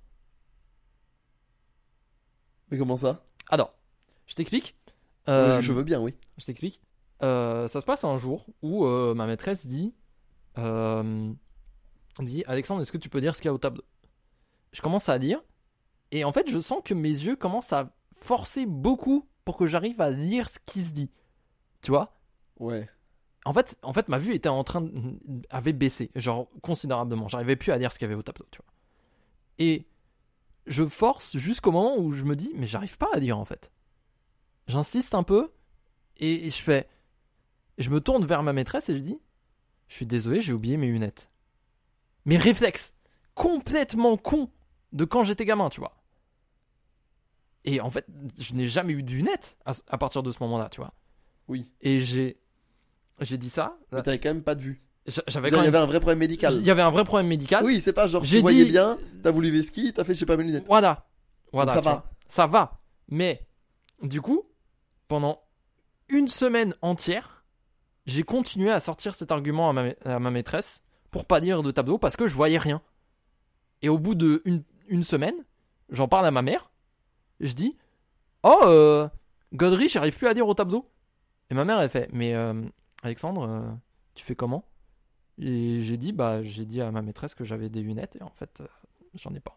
Mais comment ça? Alors, je t'explique. Euh, Je veux bien, oui. Je t'explique. Euh, ça se passe un jour où euh, ma maîtresse dit, euh, dit Alexandre, est-ce que tu peux dire ce qu'il y a au tableau? Je commence à lire. Et en fait, je sens que mes yeux commencent à forcer beaucoup pour que j'arrive à lire ce qui se dit. Tu vois? Ouais. En fait, en fait, ma vue était en train de... avait baissé, genre considérablement. J'arrivais plus à lire ce qu'il y avait au tableau, tu vois. Et je force jusqu'au moment où je me dis, mais j'arrive pas à lire en fait. J'insiste un peu et je fais... Je me tourne vers ma maîtresse et je dis, je suis désolé, j'ai oublié mes lunettes. Mes réflexes complètement cons de quand j'étais gamin, tu vois. Et en fait, je n'ai jamais eu de lunettes à, à partir de ce moment-là, tu vois. Oui. Et j'ai, j'ai dit ça. Mais t'avais quand même pas de vue. J'avais Il quand y même... avait un vrai problème médical. Il y avait un vrai problème médical. Oui, c'est pas genre J'ai tu voyais dit- bien, t'as voulu vesquille, t'as fait je sais pas mes lunettes. Voilà. Voilà. ça tu va. vois. Ça va. Mais, du coup, pendant une semaine entière, j'ai continué à sortir cet argument à ma, ma- à ma maîtresse pour pas lire de tableau parce que je voyais rien. Et au bout de une, une semaine, j'en parle à ma mère. Je dis, oh, euh, Godry, j'arrive plus à lire au tableau. Et ma mère, elle fait, mais euh, Alexandre, euh, tu fais comment? Et j'ai dit, bah, j'ai dit à ma maîtresse que j'avais des lunettes et en fait, euh, j'en ai pas.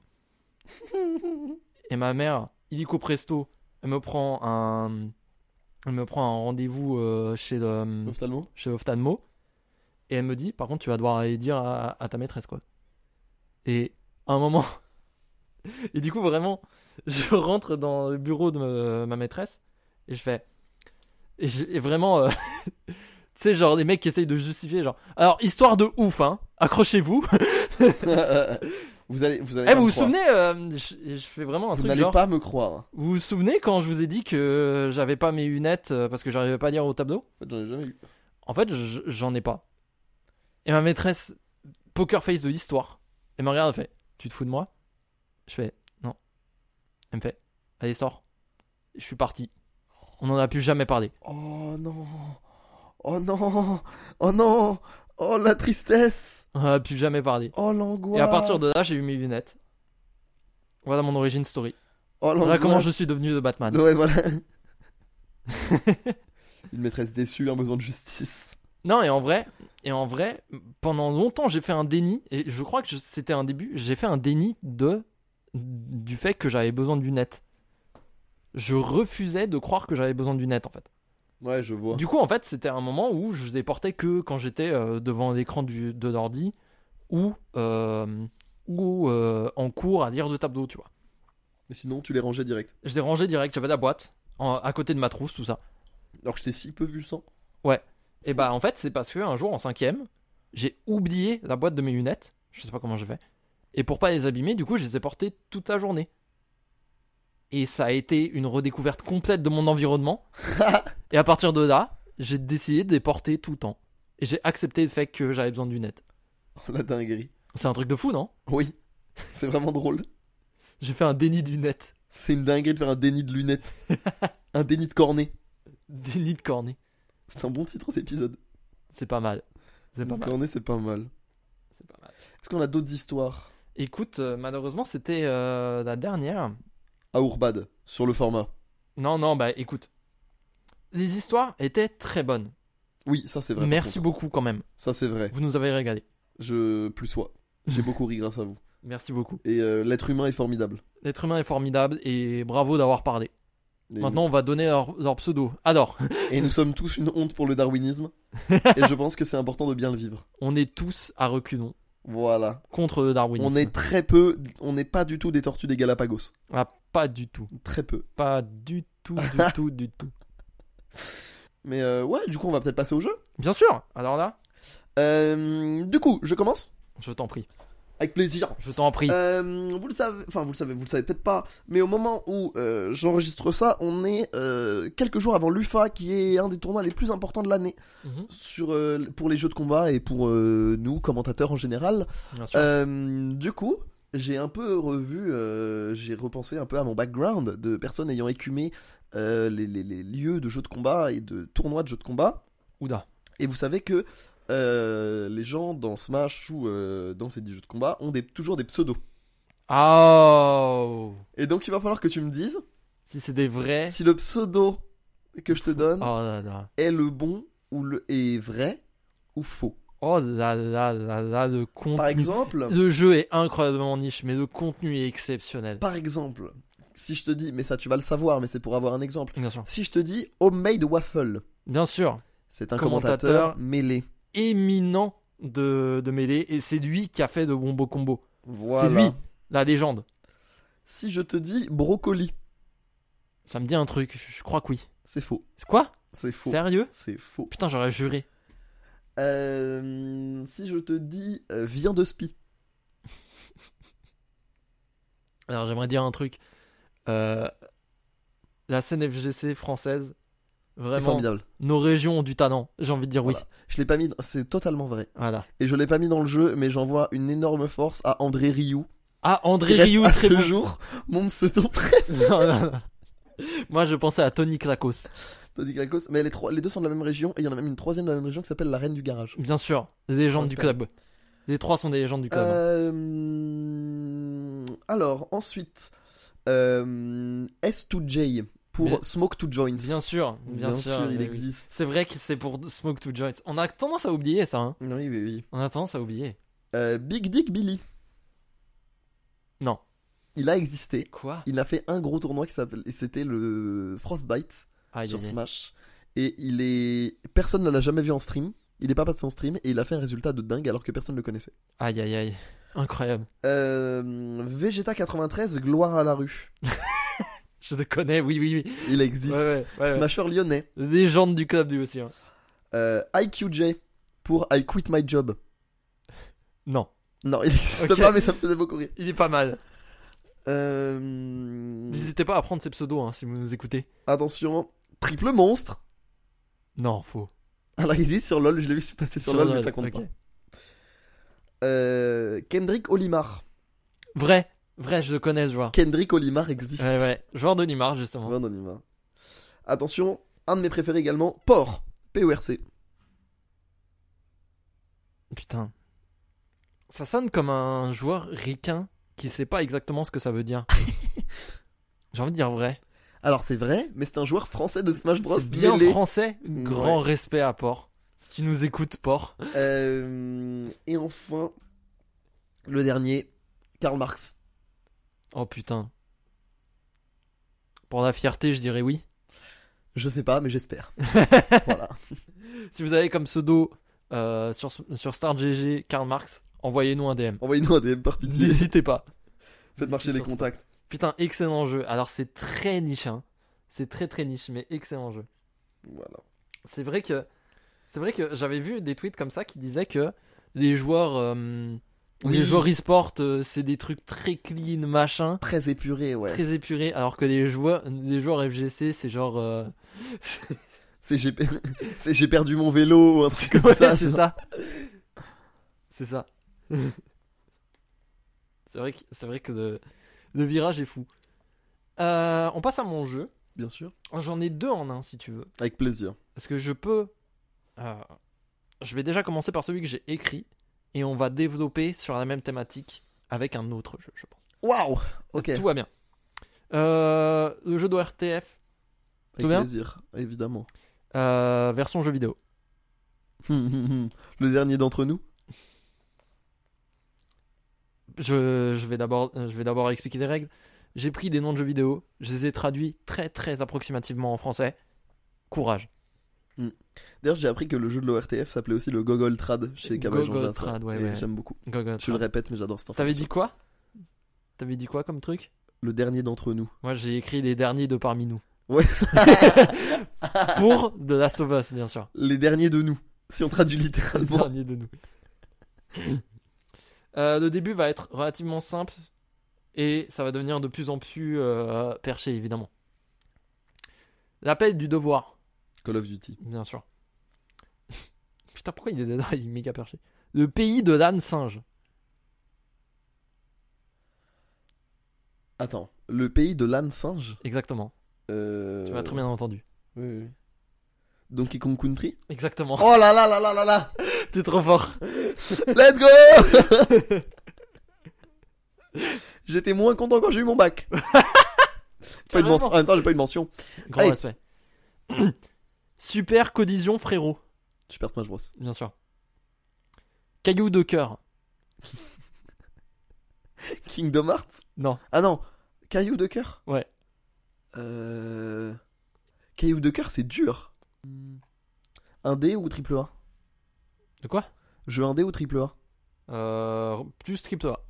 Et ma mère, illico presto, elle me prend un, elle me prend un rendez-vous euh, chez le, Ophtalmo. chez l'ophtalmo et elle me dit, par contre, tu vas devoir aller dire à, à ta maîtresse quoi. Et à un moment, et du coup vraiment, je rentre dans le bureau de ma, ma maîtresse et je fais, et, je- et vraiment. euh, Tu sais, genre des mecs qui essayent de justifier, genre. Alors, histoire de ouf, hein. Accrochez-vous. vous allez, vous allez. Eh, pas vous me vous croire. souvenez, euh, je, je fais vraiment un Vous truc n'allez genre. pas me croire. Vous vous souvenez quand je vous ai dit que j'avais pas mes lunettes euh, parce que j'arrivais pas à lire au tableau? En fait, j'en ai jamais eu. En fait, je- j'en ai pas. Et ma maîtresse, poker face de l'histoire, elle me regarde, elle fait, tu te fous de moi? Je fais, non. Elle me fait, allez, sors. Je suis parti. On en a plus jamais parlé. Oh non. Oh non. Oh non. Oh la tristesse. On en a plus jamais parlé. Oh l'angoisse. Et à partir de là, j'ai eu mes lunettes. Voilà mon origin story. Oh l'angoisse. Voilà comment je suis devenu de Batman. Ouais, voilà. Une maîtresse déçue, un besoin de justice. Non, et en vrai, et en vrai, pendant longtemps, j'ai fait un déni, et je crois que je- c'était un début, j'ai fait un déni de du fait que j'avais besoin de lunettes. Je refusais de croire que j'avais besoin de lunettes, en fait. Ouais, je vois. Du coup, en fait, c'était un moment où je les portais que quand j'étais euh, devant l'écran du, de l'ordi ou, euh, ou euh, en cours à lire de tableau, tu vois. Mais sinon, tu les rangeais direct. Je les rangeais direct, j'avais la boîte en- à côté de ma trousse, tout ça. Alors que je t'ai si peu vu sans. Et bah en fait c'est parce que un jour en cinquième, j'ai oublié la boîte de mes lunettes, je sais pas comment j'ai fait, et pour pas les abîmer, du coup je les ai portées toute la journée. Et ça a été une redécouverte complète de mon environnement. Et à partir de là, j'ai décidé de les porter tout le temps. Et j'ai accepté le fait que j'avais besoin de lunettes. Oh la dinguerie. C'est un truc de fou, non? Oui. C'est vraiment drôle. J'ai fait un déni de lunettes. C'est une dinguerie de faire un déni de lunettes. Un déni de cornet. Déni de cornet. C'est un bon titre d'épisode. C'est pas mal. C'est pas Le mal. cornet, c'est pas mal. C'est pas mal. Est-ce qu'on a d'autres histoires Écoute, euh, malheureusement c'était euh, la dernière. à Ourbad sur le format? Non, non, bah écoute. Les histoires étaient très bonnes. Oui, ça c'est vrai. par Merci contre. beaucoup quand même. Ça c'est vrai. Vous nous avez régalé. Je plus sois. J'ai beaucoup ri grâce à vous. Merci beaucoup. Et euh, l'être humain est formidable. L'être humain est formidable et bravo d'avoir parlé. Et, Maintenant, on va donner leur, leur pseudo. Alors, et nous sommes tous une honte pour le darwinisme. Et je pense que c'est important de bien le vivre. on est tous à reculons Voilà. contre le darwinisme. On est très peu. On n'est pas du tout des tortues des Galapagos. Ah, pas du tout. Très peu. Pas du tout, du tout, du tout. Mais euh, ouais, du coup, on va peut-être passer au jeu. Bien sûr. Alors là, Euh, du coup, je commence. je t'en prie. Avec plaisir. Je t'en prie. Euh, vous le savez, enfin vous le savez, vous le savez peut-être pas, mais au moment où euh, j'enregistre ça, on est euh, quelques jours avant l'U F A, qui est un des tournois les plus importants de l'année Mhm. sur euh, pour les jeux de combat et pour euh, nous commentateurs en général. Bien sûr. Euh, du coup, j'ai un peu revu, euh, j'ai repensé un peu à mon background de personnes ayant écumé euh, les, les, les lieux de jeux de combat et de tournois de jeux de combat. Ouda. Et vous savez que euh, les gens dans Smash ou euh, dans ces jeux de combat ont des, toujours des pseudos. Oh. Et donc il va falloir que tu me dises Si c'est des vrais. si le pseudo que je te donne Oh là là. est le bon ou le est vrai ou faux. Oh là là là là, le contenu. Par exemple, Le jeu est incroyablement niche, mais le contenu est exceptionnel. par exemple, si je te dis, mais ça tu vas le savoir, mais c'est pour avoir un exemple. Bien sûr. Si je te dis Homemade Waffle, Bien sûr. c'est un Commentateur. commentateur mêlé. Éminent de, de mêlée, et c'est lui qui a fait de Wombo Combo. Voilà. C'est lui, la légende. Si je te dis brocoli, Ça me dit un truc, je, je crois que oui. c'est faux. C'est quoi? C'est faux. Sérieux? C'est faux. Putain, j'aurais juré. Euh, si je te dis euh, viande de spi, Alors j'aimerais dire un truc. Euh, la scène F G C française, c'est vraiment, formidable. nos régions ont du talent. J'ai envie de dire oui. Voilà. Je l'ai pas mis, c'est totalement vrai. Voilà. Et je l'ai pas mis dans le jeu, mais j'envoie une énorme force à André Rioux. Ah, Qui André reste Rioux, à très ce bon. jour mon pseudo Non, non, non. Moi, je pensais à Tony Klakos. Tony Klakos. Mais les, trois, les deux sont de la même région, et il y en a même une troisième de la même région qui s'appelle la Reine du Garage. Bien sûr, des légendes Ouais, du c'est club. Les trois sont des légendes du club. Euh, Alors, ensuite, euh, S deux J pour Bien- Smoke to Joints. Bien sûr, bien, sûr, il oui, oui. existe. C'est vrai que c'est pour Smoke to Joints. On a tendance à oublier ça, hein. Oui, oui, oui. On a tendance à oublier. Euh, Big Dick Billy. Non. Il a existé. Quoi? Il a fait un gros tournoi qui s'appelle, et c'était le Frostbite Aïe, sur aïe, aïe. Smash. Et il est, personne ne l'a jamais vu en stream. Il est pas passé en stream et il a fait un résultat de dingue alors que personne ne le connaissait. Aïe, aïe, aïe. Incroyable. Euh, Vegeta quatre-vingt-treize, Gloire à la rue. Je te connais, oui, oui, oui. Il existe. Ouais, ouais, ouais, ouais. Smasher lyonnais. Légende du club, lui aussi. Hein. Euh, I Q J pour I Quit My Job. Non. Non, il n'existe Ok. pas, mais ça me faisait beaucoup rire. Il est pas mal. Euh... N'hésitez pas à prendre ces pseudos hein, si vous nous écoutez. Attention, Triple Monstre. Non, faux. Alors, il existe sur LoL, je l'ai vu passer sur, LoL, mais ça compte ok. pas. Euh, Kendrick Olimar. Vrai, vrai, je le connais ce joueur. Kendrick Olimar existe. Ouais, ouais. Joueur de Neymar, justement. Ouais, Olimar. Attention, un de mes préférés également, Por. P O R C. Putain. Ça sonne comme un joueur ricain qui sait pas exactement ce que ça veut dire. J'ai envie de dire vrai. Alors, c'est vrai, mais c'est un joueur français de Smash Bros. C'est bien mêlé. français. Grand respect à Port. Si tu nous écoutes, Port. Euh, et enfin, le dernier, Karl Marx. Oh putain. Pour la fierté, je dirais oui. Je sais pas, mais j'espère. Voilà. Si vous avez comme pseudo euh, sur, sur StarGG Karl Marx, envoyez-nous un D M. Envoyez-nous un D M par pitié. N'hésitez pas. Faites marcher les contacts. Putain, excellent jeu. Alors c'est très niche, hein. C'est très très niche, mais excellent jeu. Voilà. C'est vrai que c'est vrai que j'avais vu des tweets comme ça qui disaient que les joueurs euh, Oui. les joueurs e-sport euh, c'est des trucs très clean machin, Très épuré, ouais. très épurés, alors que les joueurs les joueurs F G C c'est genre euh... C'est j'ai per- c'est j'ai perdu mon vélo ou un truc comme ouais, ça. c'est ça. C'est ça. C'est vrai que c'est vrai que le, le virage est fou. Euh, on passe à mon jeu. Bien sûr. J'en ai deux en un si tu veux. Avec plaisir. Parce que je peux. euh, je vais déjà commencer par celui que j'ai écrit. Et on va développer sur la même thématique avec un autre jeu, je pense. Waouh. Ok. Tout va bien. Euh, le jeu de R T F, Avec tout bien plaisir, évidemment. euh, version jeu vidéo. Le dernier d'entre nous. Je, je vais d'abord, je vais d'abord expliquer les règles. J'ai pris des noms de jeux vidéo, je les ai traduits très très approximativement en français. Courage. D'ailleurs, j'ai appris que le jeu de l'O R T F s'appelait aussi le Gogol Trad chez Cabage Jean Gogol Vincent. Trad, ouais, Et ouais. j'aime beaucoup. Gogol. Je le répète, mais j'adore cette T'avais information. dit quoi T'avais dit quoi comme truc? Le dernier d'entre nous. Moi j'ai écrit les derniers de parmi nous. Ouais. Pour de Last of Us, bien sûr. Les derniers de nous. Si on traduit Les littéralement. derniers de nous. Euh, le début va être relativement simple et ça va devenir de plus en plus euh, perché, évidemment. L'appel du devoir, Call of Duty. bien sûr. Putain, pourquoi il est dedans? Il est méga perché. Le pays de l'âne singe. Attends, le pays de l'âne singe. Exactement. Euh... Tu m'as très bien entendu. Oui, oui. Donkey Kong Country. Exactement. Oh là là là là là là. T'es trop fort. Let's go. J'étais moins content quand j'ai eu mon bac. Pas eu de mention. En même temps, j'ai pas eu de mention. Grand Allez. respect. Super collision frérot. Super Smash Bros. Bien sûr. Caillou de cœur. Kingdom Hearts. Non. Ah non. Caillou de cœur. Ouais. Euh... Caillou de cœur, c'est dur. Un D ou triple A? De quoi? Jeu un D ou triple A? euh, Plus triple A.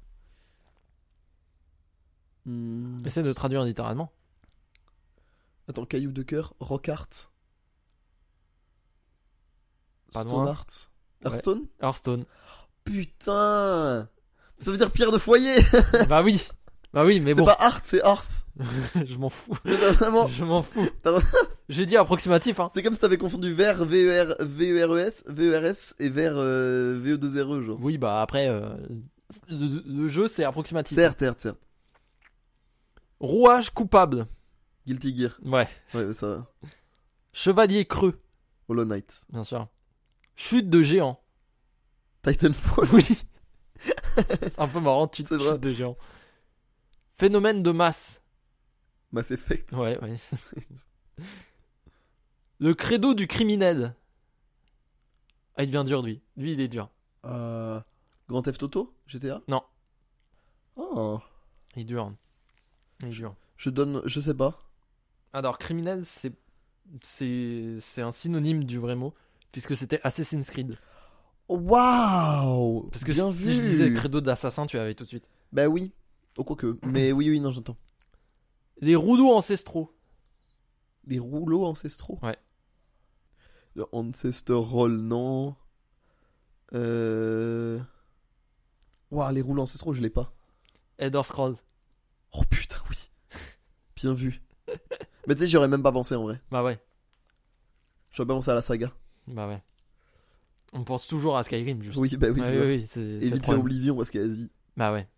Hmm. Essaie de traduire littéralement. Attends, Caillou de cœur, Rock Art. Pas Stone loin. Art. Hearthstone. Hearthstone. Putain. Ça veut dire pierre de foyer. Bah oui. Bah oui, mais C'est bon. pas Art, c'est Hearth. Je m'en fous. T'as vraiment... Je m'en fous. T'as- J'ai dit approximatif, hein. C'est comme si t'avais confondu vert, V E R, V E R E S, V E R S et vert euh, V E deux R E, genre. Oui, bah après, euh, le, le jeu c'est approximatif. Certes, certes, certes. Rouage coupable. Guilty Gear. Ouais. Ouais, ça va. Chevalier creux. Hollow Knight. Bien sûr. Chute de géant. Titanfall. Oui. C'est un peu marrant, tu C'est vrai. chute de géant. Phénomène de masse. Mass Effect. Ouais, ouais. Le credo du criminel. Ah, il devient dur, lui. Lui, il est dur. Euh... Grand Theft Auto, G T A. Non. Oh. Il est dur. Il est dur. Je donne, je sais pas. Alors, criminel, c'est c'est c'est un synonyme du vrai mot, puisque c'était Assassin's Creed. Waouh. Parce que bien si, vu. si je disais credo d'assassin, tu avais tout de suite. Bah oui. Oh quoique. Mais oui, oui, non, j'entends. Les rouleaux ancestraux. Les rouleaux ancestraux. Ouais. Le Ancestor non. Euh. Waouh, les rouleaux ancestraux, je l'ai pas. Elder Scrolls. Oh putain, oui. Bien vu. Mais tu sais, j'y aurais même pas pensé en vrai. Bah ouais. J'aurais pas pensé à la saga. Bah ouais. On pense toujours à Skyrim, juste. Oui, bah oui, Ouais, c'est oui, vrai. oui, c'est Et c'est le vite fait problème. Oblivion parce qu'il dit. Bah ouais.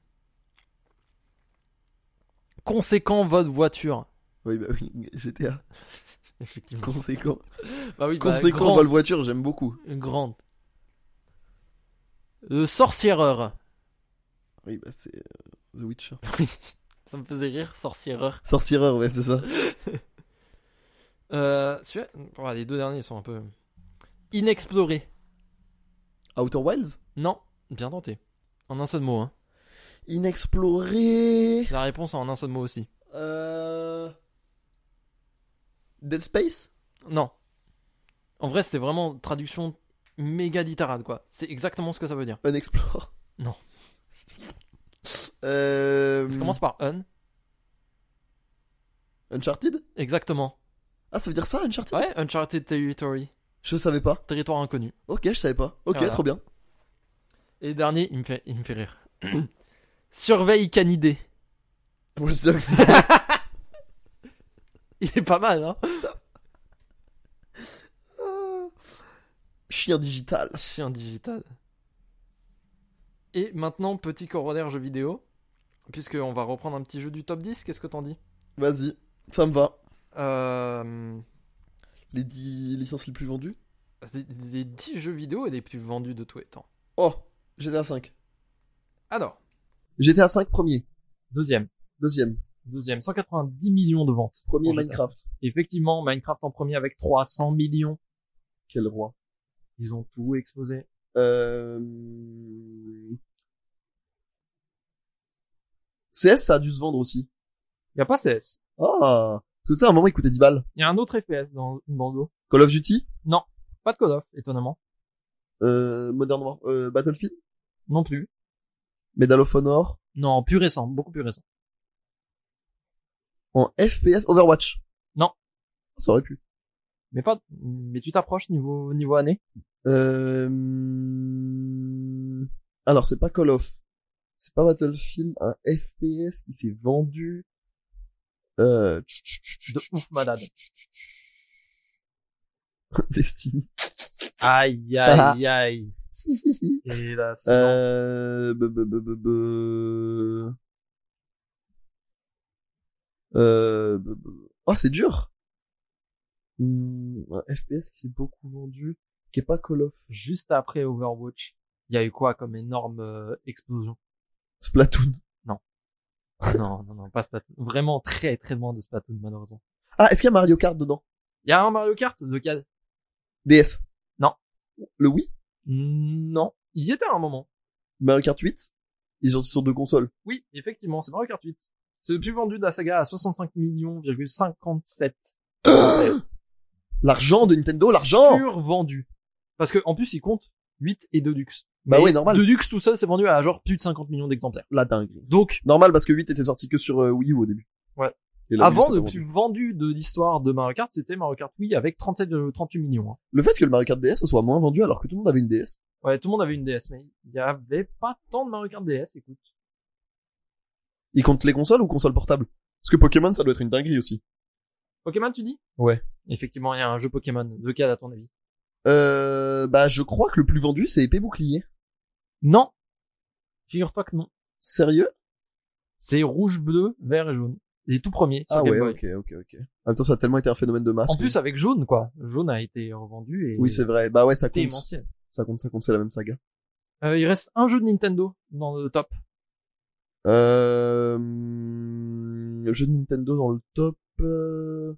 Conséquent vote voiture. Oui, bah oui, G T A. Effectivement. Conséquent. Bah oui, bah, Conséquent, grande, vol voiture, j'aime beaucoup. grande. Le sorciereur. Oui, bah c'est euh, The Witcher. Ça me faisait rire, sorciereur. Sorciereur, ouais, c'est ça. Euh, celui-là- ouais, les deux derniers sont un peu... Inexploré. Outer Wilds. Non, bien tenté. En un seul mot, hein. Inexploré. La réponse en un seul mot aussi. Euh... Dead Space. Non. En vrai, c'est vraiment traduction méga littérale, quoi. C'est exactement ce que ça veut dire. Unexplore. Non. Euh... Ça commence par un. Uncharted. Exactement. Ah, ça veut dire ça, Uncharted. Ouais, Uncharted Territory. Je savais pas. Territoire inconnu. Ok, je savais pas. Ok, Voilà. trop bien. Et le dernier, il me fait, il me fait rire. Surveille canidé. Watch Dogs. c'est- Il est pas mal, hein. Chien digital. Chien digital. Et maintenant, petit corollaire jeu vidéo. Puisqu'on va reprendre un petit jeu du top dix, qu'est-ce que t'en dis? Vas-y, ça me va. euh, Les dix licences les plus vendues. Les les dix jeux vidéo les plus vendus de tous les temps. Oh, G T A cinq. Alors, G T A cinq premier. deuxième. Deuxième. Deuxième, cent quatre-vingt-dix millions de ventes. Premier Pour G T A. Minecraft. Effectivement, Minecraft en premier avec trois cents millions. Quel roi. Ils ont tout explosé. Euh... C S, ça a dû se vendre aussi. Y a pas C S. Ah. Parce que tu sais, à un moment, il coûtait dix balles. Y a un autre F P S dans, dans le dos. Call of Duty. Non, pas de Call of, étonnamment. Euh, Modern War, euh, Battlefield. Non plus. Medal of Honor. Non, plus récent, beaucoup plus récent. En F P S, Overwatch. Non. Ça aurait pu. Mais pas, mais tu t'approches niveau, niveau année. Euh... Alors, c'est pas Call of. C'est pas Battlefield, un F P S qui s'est vendu. Euh... De ouf malade. Destiny. Aïe, aïe, aïe. Et là, c'est non. Euh... be- be- be- be- be- Euh... be- be- Oh, c'est dur. Hmm, un F P S qui s'est beaucoup vendu, qui est pas Call of. Juste après Overwatch, il y a eu quoi comme énorme euh, explosion? Splatoon. Non, non, non, pas Splatoon. Vraiment très, très loin de Splatoon, malheureusement. Ah, est-ce qu'il y a Mario Kart dedans? Il y a un Mario Kart de quel? D S. Non. Le Wii? Non. Il y était à un moment. Mario Kart huit? Ils sont sur deux consoles. Oui, effectivement, c'est Mario Kart huit. C'est le plus vendu de la saga à soixante-cinq millions, cinquante-sept. L'argent de Nintendo, l'argent! Survendu. Parce que, en plus, il compte huit et Deluxe. Bah Mais ouais, normal. Deluxe tout seul, c'est vendu à genre plus de cinquante millions d'exemplaires. La dingue. Donc, Normal parce que huit était sorti que sur euh, Wii U au début. Ouais. Et là, avant, Wii U, le ça plus vendu. vendu de l'histoire de Mario Kart, c'était Mario Kart Wii avec trente-sept virgule trente-huit millions. Hein. Le fait que le Mario Kart D S soit moins vendu alors que tout le monde avait une D S. Ouais, tout le monde avait une D S, mais il y avait pas tant de Mario Kart D S, écoute. Il compte les consoles ou consoles portables? Parce que Pokémon, ça doit être une dinguerie aussi. Pokémon, tu dis? Ouais. Effectivement, il y a un jeu Pokémon. De quel, à ton avis? Euh, bah, je crois que le plus vendu, c'est Épée Bouclier. Non. Figure-toi que non. Sérieux? C'est rouge, bleu, vert et jaune. Les tout premiers sur Ah Game ouais, Boy. ok, ok, ok. En même temps, ça a tellement été un phénomène de masse. En que- plus, avec jaune, quoi. Jaune a été revendu et Oui, c'est vrai. Bah ouais, ça compte. démentiel. Ça compte, ça compte, c'est la même saga. Euh, il reste un jeu de Nintendo dans le top. Euh... Le jeu de Nintendo dans le top... Euh...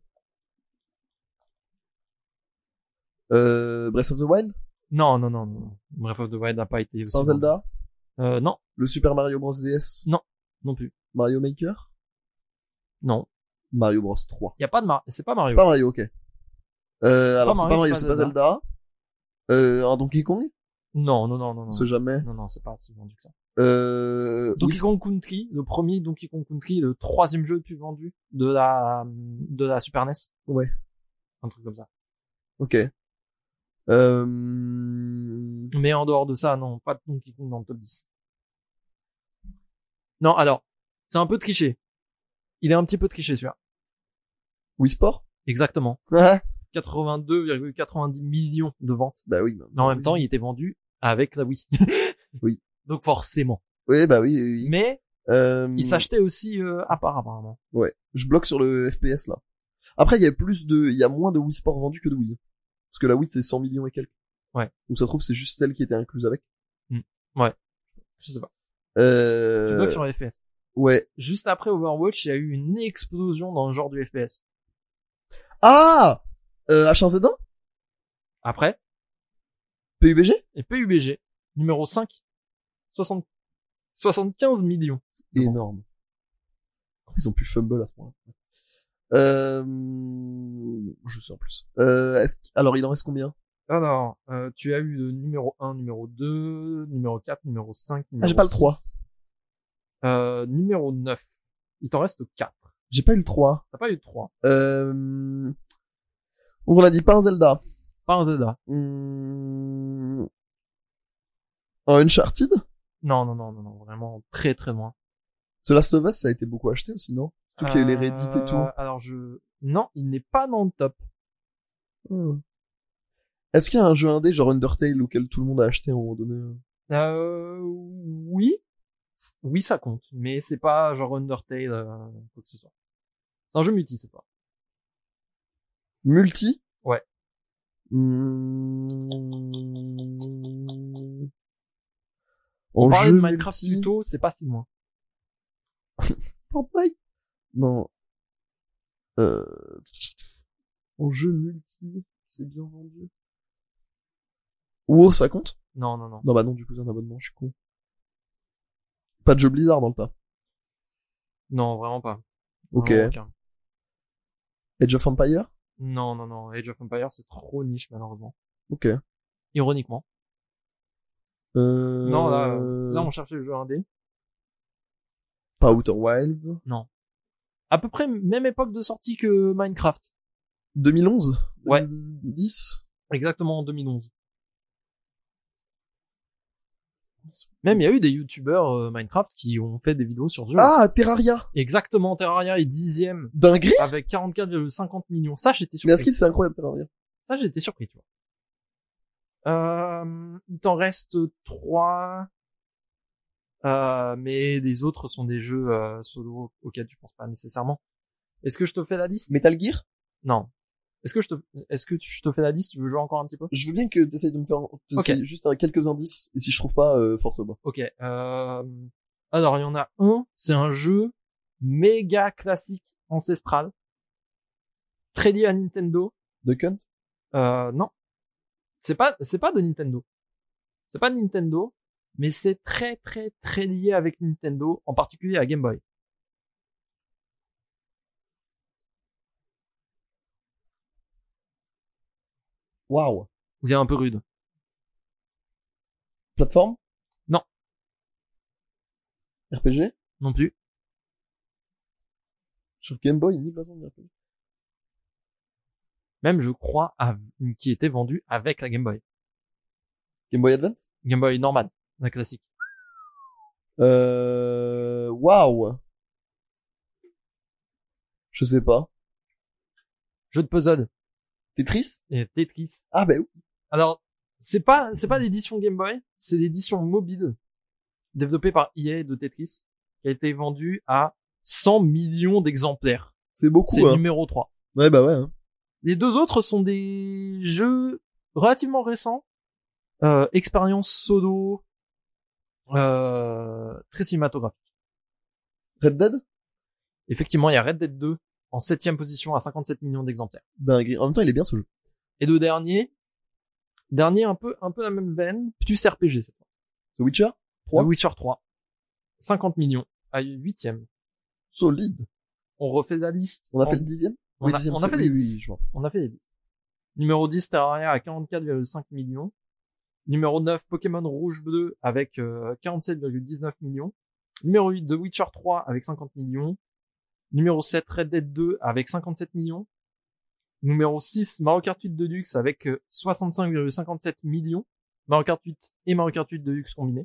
Euh... Breath of the Wild? Non, non, non, non. Breath of the Wild n'a pas été aussi Super vendu. Zelda? Euh, non, Le Super Mario Bros D S? non, non plus. Mario Maker? Non. Mario Bros trois. Il y a pas de Mario. C'est pas Mario. C'est pas Mario, ok. Euh, alors pas c'est Mario, pas Mario, c'est c'est pas pas Zelda. Euh, un Donkey Kong? Non, non, non, non, On non. sait jamais. Non, non, c'est pas si vendu que ça. Euh... Donkey oui, Kong Country, le premier Donkey Kong Country, le troisième jeu le plus vendu de la, de la Super N E S. Ouais. Un truc comme ça. ok. Euh... Mais en dehors de ça, non, pas de Donkey Kong dans le top dix. Non, alors, c'est un peu triché. Il est un petit peu triché, celui-là. Wii Sport? Exactement. Ah, quatre-vingt-deux virgule quatre-vingt-dix millions de ventes. bah oui. Mais en même temps, il était vendu avec la Wii. Oui. Donc forcément. Oui, bah oui, oui. oui. Mais Euh... il s'achetait aussi euh, à part apparemment. Ouais. Je bloque sur le F P S, là. Après, il y a plus de, il y a moins de Wii Sport vendus que de Wii. Parce que la Wii, c'est cent millions et quelques. Ouais. Donc ça se trouve, c'est juste celle qui était incluse avec. Je sais pas. Euh... Tu bloques sur le F P S. Ouais. Juste après Overwatch, il y a eu une explosion dans le genre du F P S. Ah! Euh, H un Z un? Après, P U B G? et P U B G, numéro cinq, soixante, soixante-quinze millions. C'est énorme. Ils ont pu fumble à ce point-là. Euh... Je sais en plus. Euh, est-ce... qu'- Alors, il en reste combien? Alors, euh, tu as eu le numéro un, numéro deux, numéro quatre, numéro cinq, numéro j'ai pas le six. trois. Euh, numéro neuf. Il t'en reste quatre. J'ai pas eu le trois. T'as pas eu de trois. Euh... On l'a dit, pas un Zelda. Pas un Zelda. Hum... Un Uncharted? Non, non, non, non, non, vraiment très très loin. The Last of Us, ça a été beaucoup acheté aussi, non? Tout qu'il y a eu les Reddit et tout. Euh, Alors je... Non, il n'est pas dans le top. Hmm. Est-ce qu'il y a un jeu indé genre Undertale auquel tout le monde a acheté à un moment donné? Euh... Oui. Oui, ça compte. Mais c'est pas genre Undertale, euh, quoi que ce soit. C'est un jeu multi, c'est pas. Multi? Ouais. Hmm... On En parlait jeu de Minecraft multi... plus tôt, c'est pas si loin. Fortnite? Non. Euh... En jeu multi, c'est bien vendu. WoW, ça compte? Non, non, non. Non, bah non, du coup, c'est un abonnement, je suis con. Pas de jeu Blizzard dans le tas. Non, vraiment pas. Ok. Vraiment aucun. Age of Empire? Non, non, non. Age of Empires, c'est trop niche, malheureusement. Ok. Ironiquement. Euh... Non, là, euh, là, on cherchait le jeu indé. Pas Outer Wilds. Non. À peu près même époque de sortie que Minecraft. deux mille onze? Ouais. deux mille dix? Exactement en deux mille onze. Même il y a eu des youtubeurs euh, Minecraft qui ont fait des vidéos sur ce jeu. Ah, Terraria. Exactement, Terraria est dixième Dinguerie. avec quarante-quatre virgule cinquante millions. Ça, j'étais Mais surpris. à ce qu'il c'est incroyable, Terraria. Ça, j'étais surpris, tu vois. Euh, il t'en reste trois. Euh, mais les autres sont des jeux euh, solo auxquels tu penses pas nécessairement. Est-ce que je te fais la liste? Metal Gear? Non. Est-ce que je te, est-ce que je te fais la liste? Tu veux jouer encore un petit peu? Je veux bien que t'essayes de me faire t'essayes juste un, quelques indices, et si je trouve pas, euh, force pas. Ok. Euh... Alors, il y en a un, c'est un jeu méga classique ancestral, très lié à Nintendo. Duck Hunt? Euh, non. C'est pas, c'est pas de Nintendo. C'est pas de Nintendo, mais c'est très très très lié avec Nintendo, en particulier à Game Boy. Waouh. Il est un peu rude. Plateforme? Non. R P G? Non plus. Sur Game Boy, ni plateforme ni R P G. Même, je crois, à... qui était vendu avec la Game Boy. Game Boy Advance? Game Boy normal, la classique. Euh, waouh. Je sais pas. Jeu de puzzle. Tetris? Et Tetris. Ah, bah oui. Alors, c'est pas, c'est pas l'édition Game Boy, c'est l'édition mobile, développée par E A de Tetris, qui a été vendue à cent millions d'exemplaires. C'est beaucoup, C'est hein. le numéro trois. Ouais, bah ouais, hein. Les deux autres sont des jeux relativement récents, euh, expérience solo, euh, très cinématographique. Red Dead? Effectivement, il y a Red Dead deux en septième position à cinquante-sept millions d'exemplaires. Dingue. En même temps, il est bien ce jeu. Et le dernier, dernier un peu, un peu la même veine, plus R P G cette fois. The Witcher? trois? The Witcher trois. cinquante millions à huitième. Solide. On refait la liste. On a en... fait le dixième? On, Oui, a, dixième, on a c'est- fait oui, les oui, dix. je vois. On a fait les dix. Numéro dix, Terraria à quarante-quatre virgule cinq millions. Numéro neuf, Pokémon Rouge Bleu avec euh, quarante-sept virgule dix-neuf millions. Numéro huit, The Witcher trois avec cinquante millions. Numéro sept, Red Dead deux avec cinquante-sept millions. Numéro six, Mario Kart huit Deluxe avec euh, soixante-cinq virgule cinquante-sept millions. Mario Kart huit et Mario Kart huit Deluxe combinés.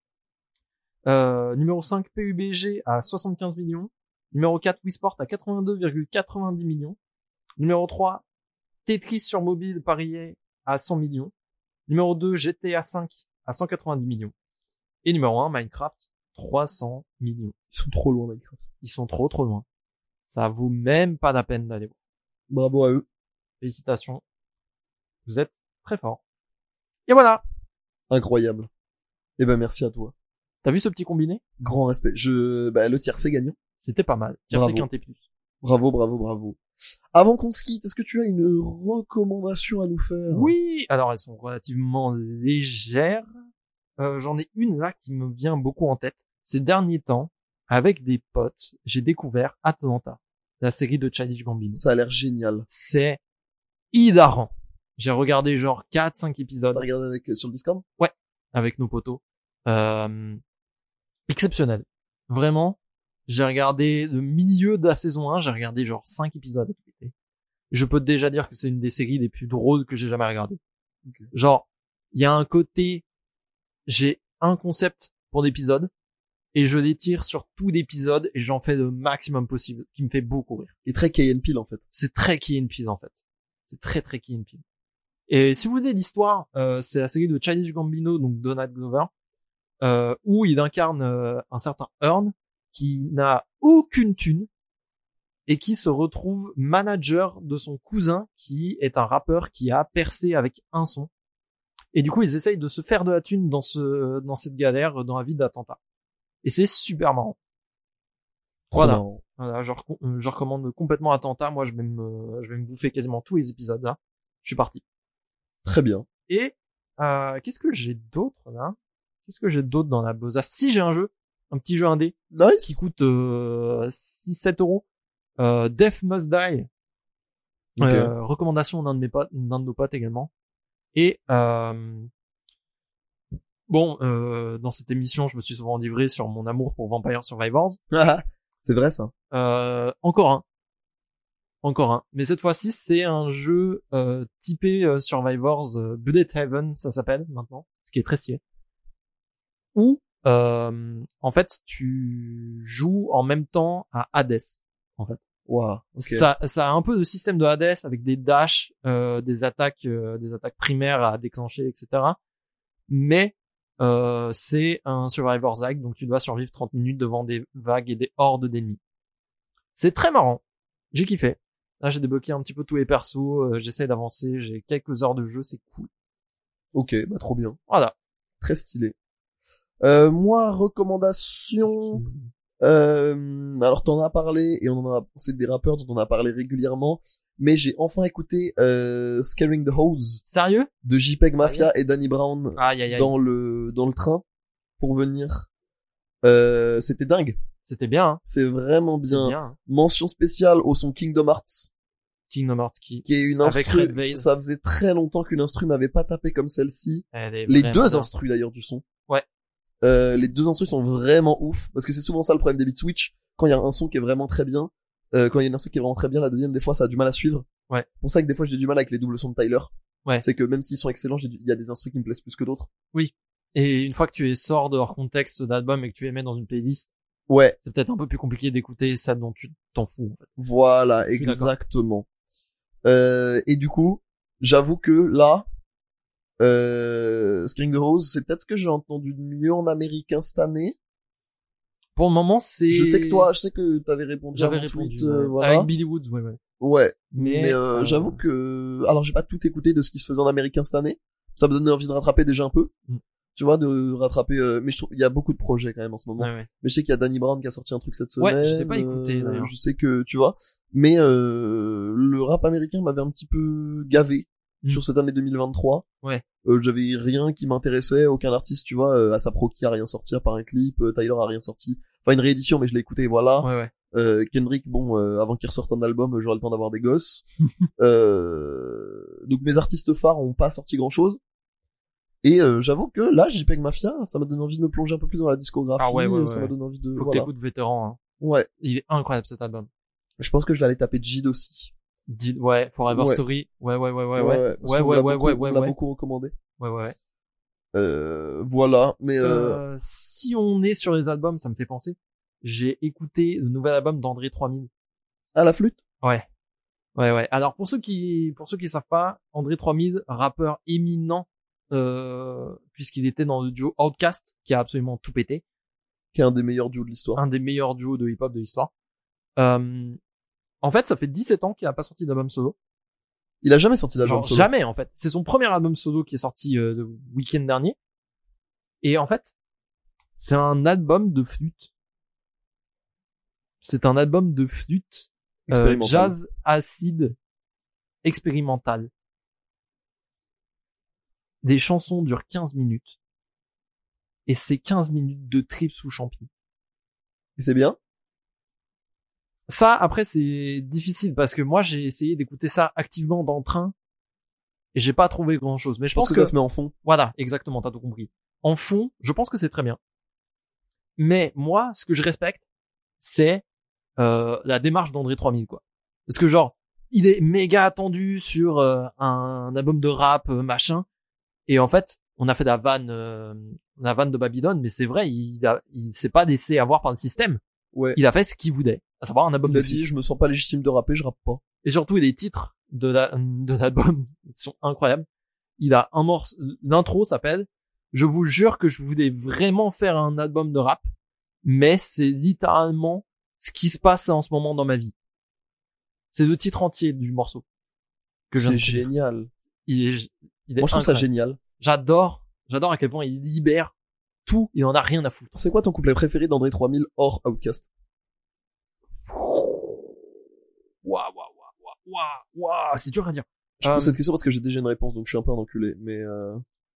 Euh, numéro cinq, P U B G à soixante-quinze millions. Numéro quatre, Wii Sport à quatre-vingt-deux virgule quatre-vingt-dix millions. Numéro trois, Tetris sur mobile par E A à cent millions. Numéro deux, G T A cinq à cent quatre-vingt-dix millions. Et numéro un, Minecraft, trois cents millions. Ils sont trop loin, Minecraft. Ils sont trop trop loin. Ça vaut même pas la peine d'aller voir. Bravo à eux. Félicitations. Vous êtes très forts. Et voilà. Incroyable. Eh ben, merci à toi. T'as vu ce petit combiné? Grand respect. Je, bah, le tiercé gagnant. C'était pas mal. Bravo. Tiercé quinté plus. Bravo, bravo, bravo. Avant qu'on se quitte, est-ce que tu as une recommandation à nous faire? Oui, alors elles sont relativement légères. Euh, j'en ai une là qui me vient beaucoup en tête. Ces derniers temps, avec des potes, j'ai découvert Atlanta, la série de Childish Gambino. Ça a l'air génial. C'est hilarant. J'ai regardé genre quatre cinq épisodes. T'as regardé avec, euh, sur le Discord? Ouais, avec nos potos. Euh, exceptionnel. Vraiment, j'ai regardé le milieu de la saison un, j'ai regardé genre cinq épisodes. Je peux déjà dire que c'est une des séries les plus drôles que j'ai jamais regardées. Okay. Genre, il y a un côté, j'ai un concept pour l'épisode, et je l'étire sur tout l'épisode, et j'en fais le maximum possible, qui me fait beaucoup rire. Et très Key and Peele, en fait. C'est très Key and Peele, en fait. C'est très très Key and Peele. Et si vous voulez l'histoire, euh, c'est la série de Childish Gambino, donc Donald Glover, euh, où il incarne euh, un certain Earn, qui n'a aucune thune, et qui se retrouve manager de son cousin, qui est un rappeur qui a percé avec un son. Et du coup, ils essayent de se faire de la thune dans ce, dans cette galère, dans la ville d'Atlanta. Et c'est super marrant. Voilà. Marrant. Voilà, je, rec- je recommande complètement Atlanta. Moi, je vais me, je vais me bouffer quasiment tous les épisodes là. Je suis parti. Très bien. Et, euh, qu'est-ce que j'ai d'autre là? Qu'est-ce que j'ai d'autre dans la besace? Si j'ai un jeu, un petit jeu indé, Nice. qui coûte, euh, six sept euros. Euh, Death Must Die. Okay. Euh, recommandation d'un de mes potes, d'un de nos potes également. Et euh, bon, euh, dans cette émission, je me suis souvent livré sur mon amour pour Vampire Survivors. C'est vrai, ça. Euh, encore un, encore un. Mais cette fois-ci, c'est un jeu euh, typé euh, Survivors, euh, Bullet Heaven, ça s'appelle maintenant, ce qui est très stylé. où euh, en fait tu joues en même temps à Hades en fait. Waouh. Ok. Ça, ça a un peu de système de Hades avec des dashs, euh, des attaques, euh, des attaques primaires à déclencher, et cetera. Mais euh, c'est un Survivor's Guide, donc tu dois survivre trente minutes devant des vagues et des hordes d'ennemis. C'est très marrant. J'ai kiffé. Là, j'ai débloqué un petit peu tous les persos, euh, j'essaie d'avancer, j'ai quelques heures de jeu, c'est cool. Ok, bah trop bien. Voilà. Très stylé. Euh, moi, recommandation. Euh, alors t'en as parlé et on en a, c'est des rappeurs dont on a parlé régulièrement, mais j'ai enfin écouté euh, Scaring the Hose Sérieux? de JPEG Mafia et Danny Brown Aïe, aïe, aïe. dans le dans le train pour venir. Euh, c'était dingue. C'était bien, hein. C'est vraiment bien. C'est bien, hein. Mention spéciale au son Kingdom Hearts, Kingdom Hearts qui, qui est une avec instru. Red Veil. Ça faisait très longtemps qu'une instru m'avait pas tapé comme celle-ci. Elle est Les vraiment deux bien. instrus d'ailleurs du son. Ouais. Euh, les deux instrus sont vraiment ouf parce que c'est souvent ça le problème des beat switch. Quand il y a un son qui est vraiment très bien, euh, quand il y a un son qui est vraiment très bien, la deuxième des fois ça a du mal à suivre. Ouais. C'est pour ça que des fois j'ai du mal avec les doubles sons de Tyler. Ouais. C'est que même s'ils sont excellents, j'ai du- il y a des instrus qui me plaisent plus que d'autres. Oui. Et une fois que tu les sors de leur contexte d'album et que tu les mets dans une playlist, Ouais, c'est peut-être un peu plus compliqué d'écouter ça dont tu t'en fous, en fait. voilà, Je suis d'accord. exactement. Euh, et du coup, j'avoue que là, euh, Scaring the Hose, c'est peut-être ce que j'ai entendu de mieux en américain cette année. Pour le moment, c'est... Je sais que toi, je sais que t'avais répondu à J'avais mon répondu. tweet, euh, ouais. voilà. Avec Billy Woods, ouais, ouais. Ouais, Mais, mais, euh, euh, j'avoue que, alors j'ai pas tout écouté de ce qui se faisait en américain cette année. Ça me donnait envie de rattraper déjà un peu. Mm. Tu vois, de rattraper, euh, mais je trouve, il y a beaucoup de projets quand même en ce moment. Ouais, ouais. Mais je sais qu'il y a Danny Brown qui a sorti un truc cette semaine. Ouais, je t'ai pas écouté, euh, d'ailleurs. Je sais que, tu vois. Mais, euh, le rap américain m'avait un petit peu gavé Mm. sur cette année deux mille vingt-trois. Ouais. Euh, j'avais rien qui m'intéressait, aucun artiste, tu vois, euh, Asap Rocky a rien sorti à part un clip, euh, Tyler a rien sorti. Enfin, une réédition, mais je l'ai écouté, voilà. Ouais, ouais. Euh, Kendrick, bon, euh, avant qu'il ressorte un album, euh, j'aurai le temps d'avoir des gosses. euh, donc mes artistes phares ont pas sorti grand chose. Et euh, j'avoue que là, JPEG Mafia, ça m'a donné envie de me plonger un peu plus dans la discographie. Ah ouais, ouais, ouais, ça m'a ouais. donné envie de. Faut que Voilà. t'écoutes Vétéran, hein. Ouais. Il est incroyable, cet album. Je pense que je vais aller taper Jid aussi. Dis- Ouais, Forever Ouais. Story. Ouais, ouais, ouais, ouais, ouais. parce Ouais, qu'on ouais, l'a ouais, beaucoup- ouais, on ouais, l'a ouais. beaucoup recommandé. Ouais, ouais, ouais. Euh, voilà. Mais euh, Euh, si on est sur les albums, ça me fait penser. J'ai écouté le nouvel album d'André trois mille. à la flûte. Ouais. Ouais, ouais. Alors, pour ceux qui, pour ceux qui savent pas, André trois mille, rappeur éminent, euh, puisqu'il était dans le duo Outkast, qui a absolument tout pété. Qui est un des meilleurs duos de l'histoire. Un des meilleurs duos de hip-hop de l'histoire. Euh, en fait, ça fait dix-sept ans qu'il a pas sorti d'album solo. Il a jamais sorti d'album Genre, solo. jamais, en fait. C'est son premier album solo qui est sorti euh, le week-end dernier. Et en fait, c'est un album de flûte. C'est un album de flûte euh, Expérimental. jazz acide expérimental. Des chansons durent quinze minutes. Et c'est quinze minutes de trip sous champi. Et c'est bien. Ça, après, c'est difficile parce que moi, j'ai essayé d'écouter ça activement dans le train et j'ai pas trouvé grand chose. Mais je Je pense pense que, que, ça se met en fond. voilà, exactement, t'as tout compris. En fond, je pense que c'est très bien. Mais moi, ce que je respecte, c'est euh, la démarche d'André trois mille, quoi. Parce que genre, il est méga attendu sur euh, un album de rap, euh, machin. Et en fait, on a fait la vanne, euh, la vanne de Babylone, mais c'est vrai, il a, il s'est pas laissé avoir par le système. Ouais. Il a fait ce qu'il voulait, à savoir un album Il a de dit, filles. je me sens pas légitime de rapper, je rappe pas. Et surtout, les titres de la, de l'album sont incroyables. Il a un morceau, l'intro s'appelle « Je vous jure que je voulais vraiment faire un album de rap, mais c'est littéralement ce qui se passe en ce moment dans ma vie. » C'est le titre entier du morceau. Que je viens C'est de te dire. génial. Il est, il est Moi, je trouve ça incroyable. génial. J'adore, j'adore à quel point il libère tout, il en a rien à foutre. C'est quoi ton couplet préféré d'André trois mille hors Outkast? Waouh, waouh, waouh, waouh, waouh, c'est dur à dire. Je pose Euh, cette question parce que j'ai déjà une réponse, donc je suis un peu un enculé. Mais euh...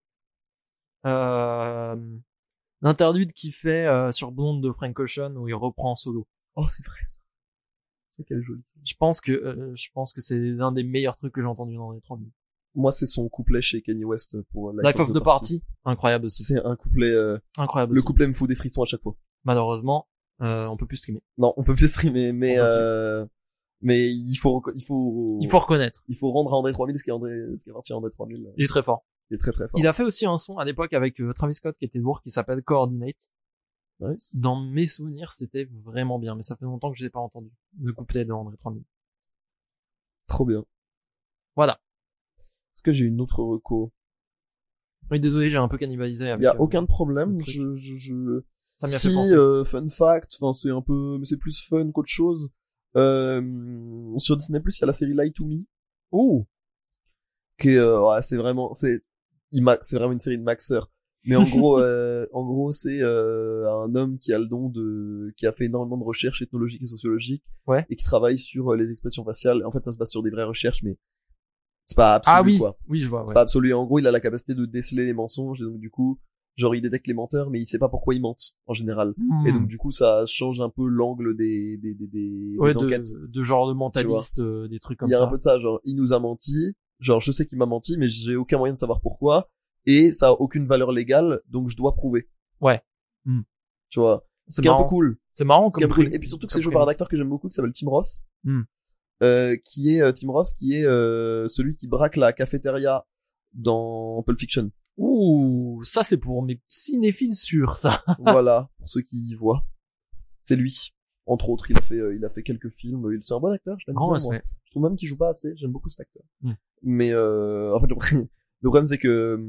Euh, l'interlude qu'il fait euh, sur Blonde de Frank Ocean où il reprend solo. oh, c'est vrai ça. C'est quel joli. ça. Je pense que euh, je pense que c'est l'un des meilleurs trucs que j'ai entendu dans les trois minutes. Moi, c'est son couplet chez Kanye West pour Life, Life of the Party, incroyable aussi. C'est un couplet. Euh... Incroyable Le aussi. couplet me fout des frissons à chaque fois. Malheureusement, euh, on peut plus streamer. Non, on peut plus streamer, mais On peut plus. euh... mais il faut reco- il faut Il faut reconnaître. il faut rendre à André trois mille ce qui est André ce qui est parti à André trois mille. Il est très fort. Il est très très fort. Il a fait aussi un son à l'époque avec euh, Travis Scott qui était lourd, qui s'appelle Coordinate. Nice. Dans mes souvenirs, c'était vraiment bien, mais ça fait longtemps que je l'ai pas entendu. Le couplet de André trois mille. Trop bien. Voilà. Est-ce que j'ai une autre reco? Oui, désolé, j'ai un peu cannibalisé avec. Il y a euh, aucun problème. le truc. Je, je, je... Ça m'y a si, fait penser. euh, fun fact, enfin c'est un peu, mais c'est plus fun qu'autre chose. Euh, sur Disney Plus, il y a la série Lie to Me. Oh. Qui est, euh, ouais, c'est vraiment, c'est, il ma- c'est vraiment une série de maxeurs. Mais en gros, euh, en gros, c'est euh, un homme qui a le don de, qui a fait énormément de recherches ethnologiques et sociologiques, Ouais. et qui travaille sur euh, les expressions faciales. En fait, ça se base sur des vraies recherches, mais c'est pas absolu, Ah oui. quoi. Oui, je vois. C'est Ouais. pas absolu. En gros, il a la capacité de déceler les mensonges, et donc du coup, genre il détecte les menteurs, mais il sait pas pourquoi ils mentent en général. Hmm. Et donc du coup, ça change un peu l'angle des des des des, ouais, des de, enquêtes. de genre de mentaliste, euh, des trucs comme Il y a ça. un peu de ça, genre il nous a menti, genre je sais qu'il m'a menti, mais j'ai aucun moyen de savoir pourquoi, et ça a aucune valeur légale, donc je dois prouver. Ouais. Hmm. Tu vois, C'est ce qui est un peu marrant. cool. C'est marrant Ce qui est comme un peu cool. pré- Et puis surtout que comme c'est joué par un prémisse. acteur que j'aime beaucoup, qui s'appelle Tim Roth. Hmm. Euh, qui est euh, Tim Roth, qui est euh, celui qui braque la cafétéria dans Pulp Fiction. Ouh, ça c'est pour mes cinéphiles sûrs, ça. Voilà, pour ceux qui y voient. C'est lui. Entre autres, il a fait, euh, il a fait quelques films. Il- C'est un bon acteur, je l'aime Grand bien, moi. respect. Je trouve même qu'il joue pas assez. J'aime beaucoup cet acteur. Mm. Mais euh, en fait, le, le problème c'est que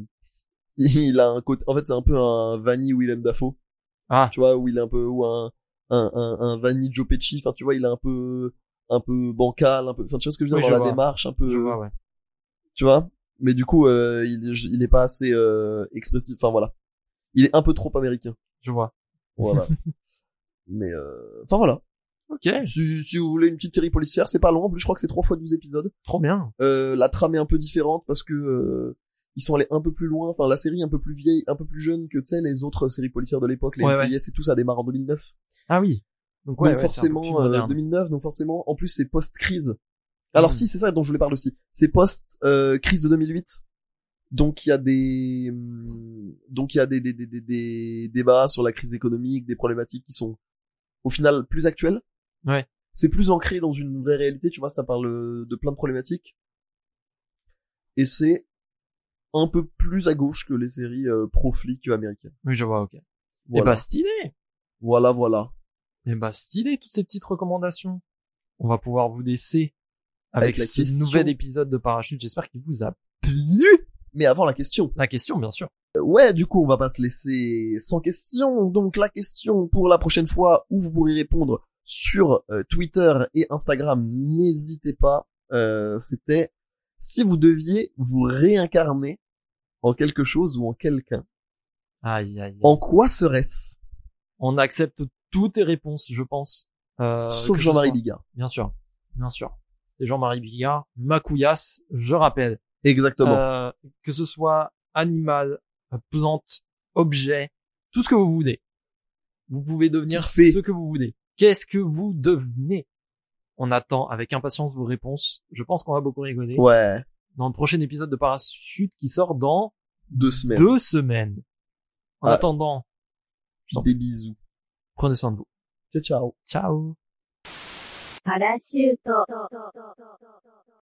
il a un côté. En fait, c'est un peu un Vanny Willem Dafoe. Ah. Tu vois, où il est un peu ou un un un, un Vanny Joe Pesci. Enfin, tu vois, il est un peu un peu bancal, un peu. Enfin, tu vois ce que je veux dire Oui, dans je la vois. démarche, un peu. Je vois, ouais. Tu vois. Mais du coup, euh, il il est pas assez euh, expressif. Enfin voilà. Il est un peu trop américain. Je vois. Voilà. Mais euh... enfin voilà. Ok. Si, si vous voulez une petite série policière, c'est pas long. En plus, je crois que c'est trois fois douze épisodes. Trop bien. Euh, la trame est un peu différente parce que euh, ils sont allés un peu plus loin. Enfin, la série est un peu plus vieille, un peu plus jeune que tu sais les autres séries policières de l'époque, les Ouais, N C I S et tout. Ça démarre en deux mille neuf. Ah oui. Donc ouais, donc ouais, c'est un peu plus forcément euh, moderne. deux mille neuf. Donc forcément, en plus c'est post-crise. Alors Mm. si, c'est ça dont je voulais parler aussi. C'est post euh, crise de deux mille huit. Donc il y a des hum, donc il y a des des, des des des débats sur la crise économique, des problématiques qui sont au final plus actuelles. Ouais. C'est plus ancré dans une vraie réalité, tu vois, ça parle de plein de problématiques. Et c'est un peu plus à gauche que les séries euh, pro-flics américaines. Oui, je vois, ok. Voilà. Et bah stylé. Voilà, voilà. Et bah stylé toutes ces petites recommandations. On va pouvoir vous laisser avec, Avec la ce question. nouvel épisode de Parachute. J'espère qu'il vous a plu. Mais avant la question. La question, bien sûr. Ouais, du coup, on va pas se laisser sans question. Donc la question pour la prochaine fois où vous pourrez répondre sur euh, Twitter et Instagram, n'hésitez pas. Euh, c'était si vous deviez vous réincarner en quelque chose ou en quelqu'un. Aïe, aïe, aïe. En quoi serait-ce? On accepte toutes tes réponses, je pense. Euh, Sauf que ce Jean-Marie soit- Bigard. Bien sûr. Bien sûr. C'est Jean-Marie Bigard, ma couillasse, je rappelle. Exactement. Euh, que ce soit animal, plante, objet, tout ce que vous voulez. Vous pouvez devenir Qui fait ce que vous voulez. Qu'est-ce que vous devenez? On attend avec impatience vos réponses. Je pense qu'on va beaucoup rigoler. Ouais. Dans le prochain épisode de Parachute qui sort dans Deux semaines. deux semaines. En Ah. attendant, Des bisous. prenez soin de vous. Ciao, ciao. Ciao. パラシュート。